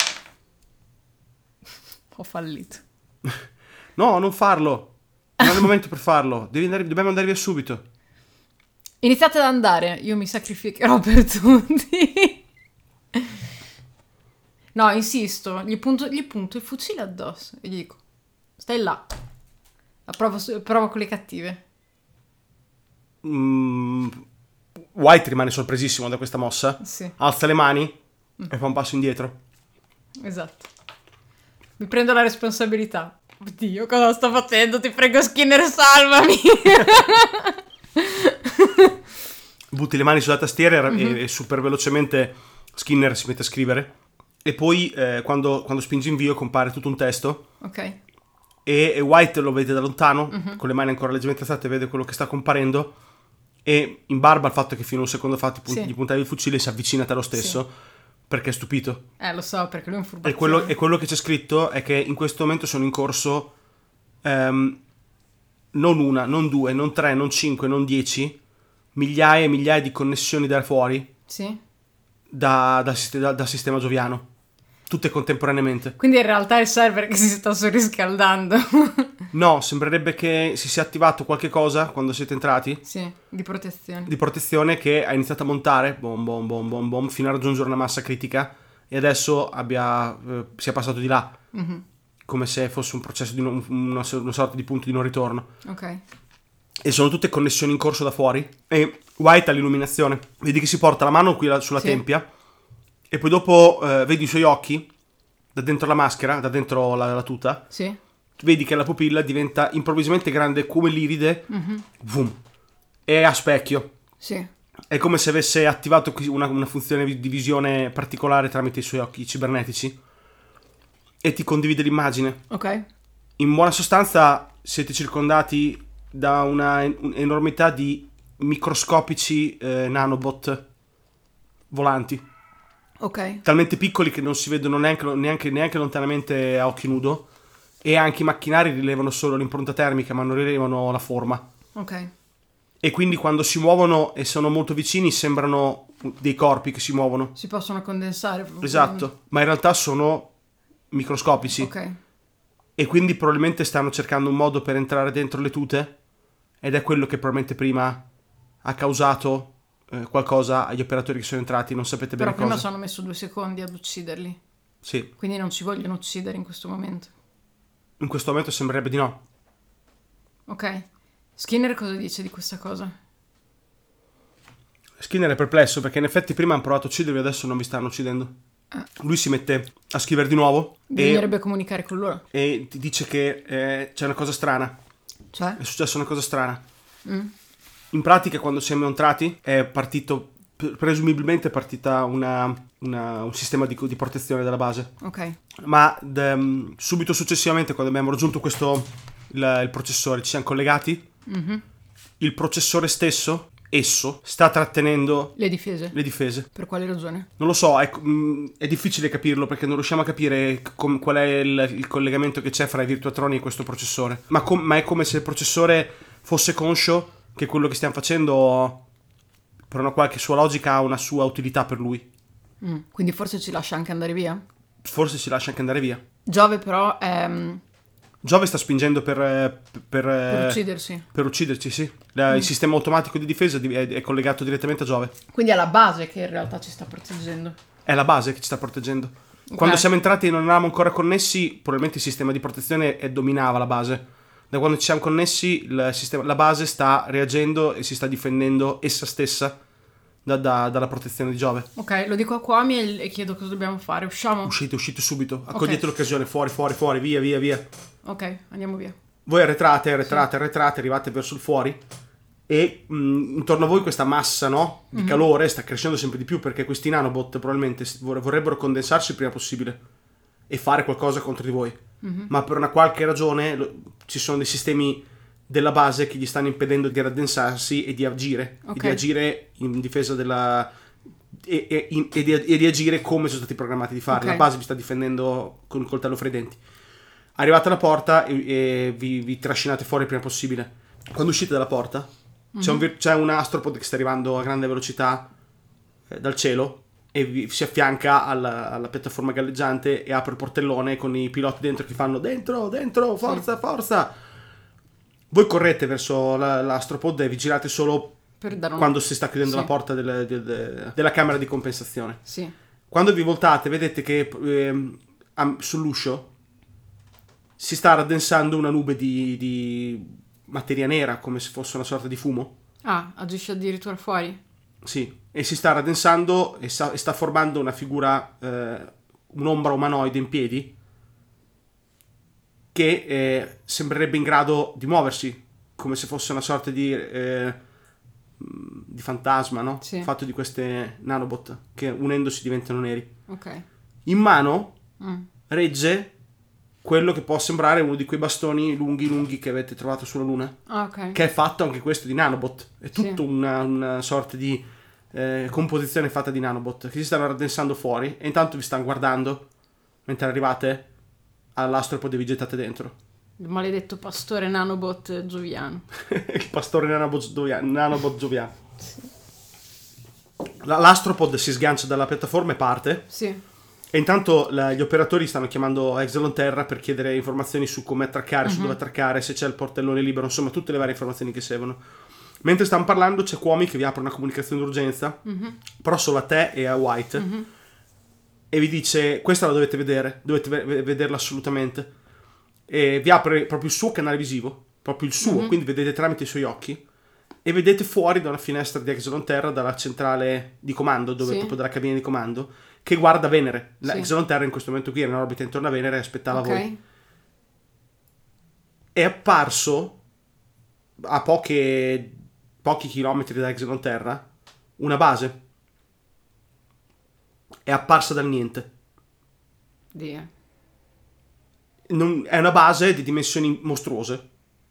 Ho fallito. No, non farlo. Non è il momento per farlo. Devi andare, dobbiamo andare via subito. Iniziate ad andare, io mi sacrificherò per tutti. No, insisto, gli punto, gli punto il fucile addosso e gli dico: stai là. La provo, su- provo con le cattive. Mm, White rimane sorpresissimo da questa mossa. Sì, Alza le mani e fa un passo indietro. esatto. Mi prendo la responsabilità. Oddio, cosa sto facendo? Ti prego, Skinner, salvami. Butti le mani sulla tastiera e, e super velocemente Skinner si mette a scrivere. E poi eh, quando, quando spingi invio compare tutto un testo. Ok, E, e White lo vede da lontano, con le mani ancora leggermente alzate, vede quello che sta comparendo. E in barba al fatto che fino a un secondo fa ti pun- Sì. gli puntavi il fucile, si avvicina a te lo stesso. Perché è stupito. eh lo so, perché lui è un E furbacchione. quello, e quello che c'è scritto è che in questo momento sono in corso ehm, non una, non due, non tre, non cinque, non dieci, migliaia e migliaia di connessioni da fuori Sì. da, dal, siste- da- dal sistema gioviano, tutte contemporaneamente. Quindi in realtà è il server che si sta surriscaldando. No, sembrerebbe che si sia attivato qualche cosa quando siete entrati Sì, di protezione. di protezione che ha iniziato a montare bom bom bom bom bom fino a raggiungere una massa critica e adesso abbia eh, sia passato di là, Mhm. come se fosse un processo di no- una, una sorta di punto di non ritorno. Ok. E sono tutte connessioni in corso da fuori. E White ha l'illuminazione. Vedi che si porta la mano qui la- sulla Sì. tempia. E poi dopo eh, vedi i suoi occhi da dentro la maschera, da dentro la, la tuta. Sì. Vedi che la pupilla diventa improvvisamente grande come l'iride. Mhm. Vum. E a specchio. Sì. È come se avesse attivato qui una, una funzione di visione particolare tramite i suoi occhi cibernetici. E ti condivide l'immagine. Ok. In buona sostanza siete circondati da una en- enormità di microscopici eh, nanobot volanti, Ok. talmente piccoli che non si vedono neanche, neanche, neanche lontanamente a occhio nudo e anche i macchinari rilevano solo l'impronta termica, ma non rilevano la forma. Ok. E quindi quando si muovono e sono molto vicini sembrano dei corpi che si muovono. Si possono condensare. Esatto, ma in realtà sono microscopici. Ok. E quindi probabilmente stanno cercando un modo per entrare dentro le tute, ed è quello che probabilmente prima ha causato eh, qualcosa agli operatori che sono entrati, non sapete Però bene prima cosa. ci hanno messo due secondi ad ucciderli. Sì, Quindi non ci vogliono uccidere in questo momento. in questo momento sembrerebbe di no. Ok. Skinner cosa dice di questa cosa? Skinner è perplesso perché in effetti prima hanno provato a uccidervi, adesso non vi stanno uccidendo. Ah. Lui si mette a scrivere di nuovo e, Bisognerebbe comunicare con loro. e ti dice che eh, c'è una cosa strana. Cioè? È successa una cosa strana. Mm. In pratica, quando siamo entrati, è partito, presumibilmente è partita una, una, un sistema di, di protezione della base. Ok. Ma de, subito successivamente, quando abbiamo raggiunto questo, il, il processore, ci siamo collegati, Mm-hmm. il processore stesso, esso, sta trattenendo Le difese. le difese. Per quale ragione? Non lo so, è, mh, è difficile capirlo perché non riusciamo a capire com- qual è il, il collegamento che c'è fra i Virtuatroni e questo processore. Ma, com- ma è come se il processore fosse conscio che quello che stiamo facendo, per una qualche sua logica, ha una sua utilità per lui. Mm. Quindi forse ci lascia anche andare via? Forse ci lascia anche andare via. Giove però è... mm, Giove sta spingendo per, eh, per, per eh, uccidersi. per ucciderci, sì. La- Il sistema automatico di difesa di- è, è collegato direttamente a Giove. Quindi è la base che in realtà ci sta proteggendo. È la base che ci sta proteggendo. Ok. Quando siamo entrati e non eravamo ancora connessi, probabilmente il sistema di protezione eh, dominava la base. Da quando ci siamo connessi, il sistema, la base sta reagendo e si sta difendendo essa stessa da- da- dalla protezione di Giove. Ok, lo dico a Kwame e, e chiedo cosa dobbiamo fare. Usciamo? Uscite, uscite subito. Accogliete Ok. l'occasione. Fuori, fuori, fuori. Via, via, via. Ok, andiamo via. Voi arretrate, arretrate, arretrate, arrivate verso il fuori e mh, intorno a voi questa massa, no, di calore sta crescendo sempre di più perché questi nanobot probabilmente s- vor- vorrebbero condensarsi il prima possibile e fare qualcosa contro di voi. Ma per una qualche ragione lo- ci sono dei sistemi della base che gli stanno impedendo di raddensarsi e di agire, Ok. e di agire in difesa della... E, e- in- e di, e di agire come sono stati programmati di fare. Ok. La base vi sta difendendo con il coltello fra i denti. Arrivate alla porta e, e vi, vi trascinate fuori il prima possibile. Quando uscite dalla porta c'è, un, vir- c'è un astropod che sta arrivando a grande velocità eh, dal cielo e vi, si affianca alla, alla piattaforma galleggiante e apre il portellone con i piloti dentro che fanno dentro, dentro, forza, forza. Voi correte verso la, l'astropod e vi girate solo Per dare un... quando si sta chiudendo Sì. la porta del- del- del- della camera di compensazione. Sì. Quando vi voltate vedete che ehm, am- sull'uscio si sta raddensando una nube di, di materia nera, come se fosse una sorta di fumo. Ah, agisce addirittura fuori? Sì, e si sta raddensando e, sta, e sta formando una figura, eh, un'ombra umanoide in piedi, che eh, sembrerebbe in grado di muoversi, come se fosse una sorta di, eh, di fantasma, no? Sì. Fatto di queste nanobot, che unendosi diventano neri. Ok. In mano Mm. regge quello che può sembrare uno di quei bastoni lunghi lunghi che avete trovato sulla Luna, Ah, ok. che è fatto anche questo di nanobot. È Sì. tutto una, una sorta di eh, composizione fatta di nanobot che si stanno raddensando fuori e intanto vi stanno guardando mentre arrivate all'astropod e vi gettate dentro. Il maledetto pastore nanobot gioviano. Il pastore nanobot, Gioia- nanobot gioviano. La- L'astropod si sgancia dalla piattaforma e parte. Sì. E intanto la- gli operatori stanno chiamando Exelon Terra per chiedere informazioni su come attraccare, su dove attraccare, se c'è il portellone libero, insomma tutte le varie informazioni che servono. Mentre stanno parlando c'è Kwame che vi apre una comunicazione d'urgenza, però solo a te e a White, e vi dice questa la dovete vedere, dovete ve- vederla assolutamente. E vi apre proprio il suo canale visivo, proprio il suo, quindi vedete tramite i suoi occhi. E vedete fuori da una finestra di Exelon Terra, dalla centrale di comando, dove Sì. proprio dalla cabina di comando, che guarda Venere. La Sì. Exelon Terra in questo momento qui era in orbita intorno a Venere e aspettava Ok. voi. È apparso a poche, pochi chilometri da Exelon Terra una base. È apparsa dal niente. Dio. Non- è una base di dimensioni mostruose.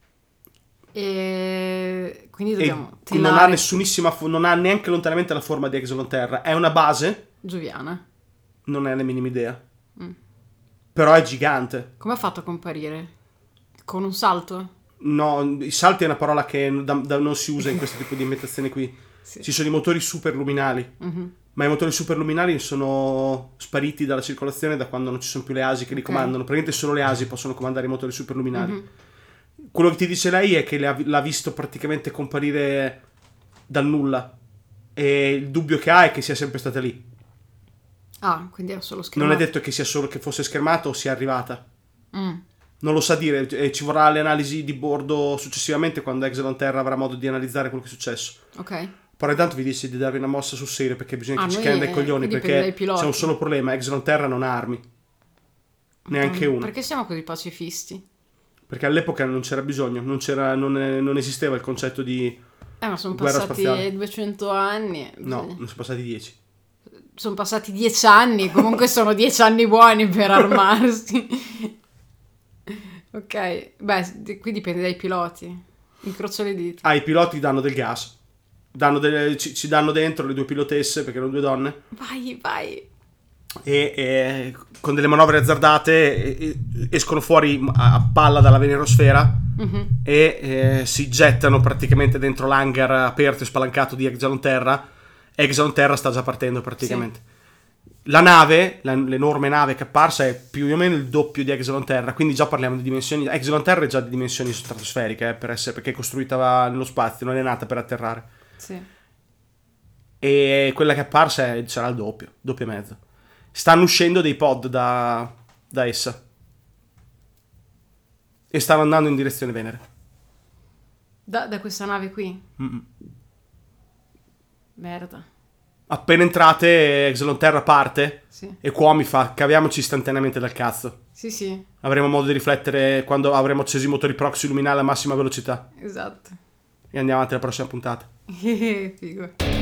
E quindi E dobbiamo non ha tilare nessunissima fo- non ha neanche lontanamente la forma di Exelon Terra. È una base, gioviana. non è la minima idea. Mm. Però è gigante. Come ha fatto a comparire? Con un salto? No, i salti è una parola che da, da non si usa in questo tipo di ambientazioni qui. Sì. Ci sono i motori superluminali, mm-hmm. ma i motori superluminali sono spariti dalla circolazione da quando non ci sono più le asi che li Ok. comandano. Praticamente solo le asi possono comandare i motori superluminali. Mm-hmm. Quello che ti dice lei è che le ha- l'ha visto praticamente comparire dal nulla, e il dubbio che ha è che sia sempre stata lì. Ah, quindi è solo schermato. Non è detto che sia solo che fosse schermato o sia arrivata. Mm. Non lo sa dire, e ci vorrà le analisi di bordo successivamente quando Exelon Terra avrà modo di analizzare quello che è successo. Ok. Però intanto vi dice di darvi una mossa sul serio, perché bisogna Ah, che ci noi- cade dai coglioni, quindi dipende perché dai piloti. c'è un solo problema: Exelon Terra non ha armi, neanche Mm, una, Perché siamo così pacifisti? perché all'epoca non c'era bisogno, non, c'era, non, è- non esisteva il concetto di Eh, ma sono guerra passati spaziale. duecento anni. No, Sì. ne sono passati dieci. Sono passati dieci anni, comunque sono dieci anni buoni per armarsi. Ok, beh, di- qui dipende dai piloti. Incrocio le dita. Ah, i piloti danno del gas, danno delle- ci, ci danno dentro le due pilotesse, perché erano due donne, Vai, vai. e, e con delle manovre azzardate e- e- escono fuori a, a palla dalla venerosfera Mhm. e eh, si gettano praticamente dentro l'hangar aperto e spalancato di Exelon Terra. Exelon Terra sta già partendo praticamente. La nave, la- l'enorme nave che è apparsa, è più o meno il doppio di Exelon Terra, quindi già parliamo di dimensioni. Exelon Terra è già di dimensioni stratosferiche, eh, per essere, perché è costruita nello spazio, non è nata per atterrare. Sì. E quella che è apparsa è- sarà il doppio, doppio e mezzo. Stanno uscendo dei pod da, da essa e stanno andando in direzione Venere. Da, da questa nave qui? Mm-mm. Merda. Appena entrate, Exelon Terra parte Sì. e qua mi fa: caviamoci istantaneamente dal cazzo. Sì, sì, Avremo modo di riflettere quando avremo acceso i motori proxy luminali a massima velocità. esatto. E andiamo avanti alla prossima puntata. Figo.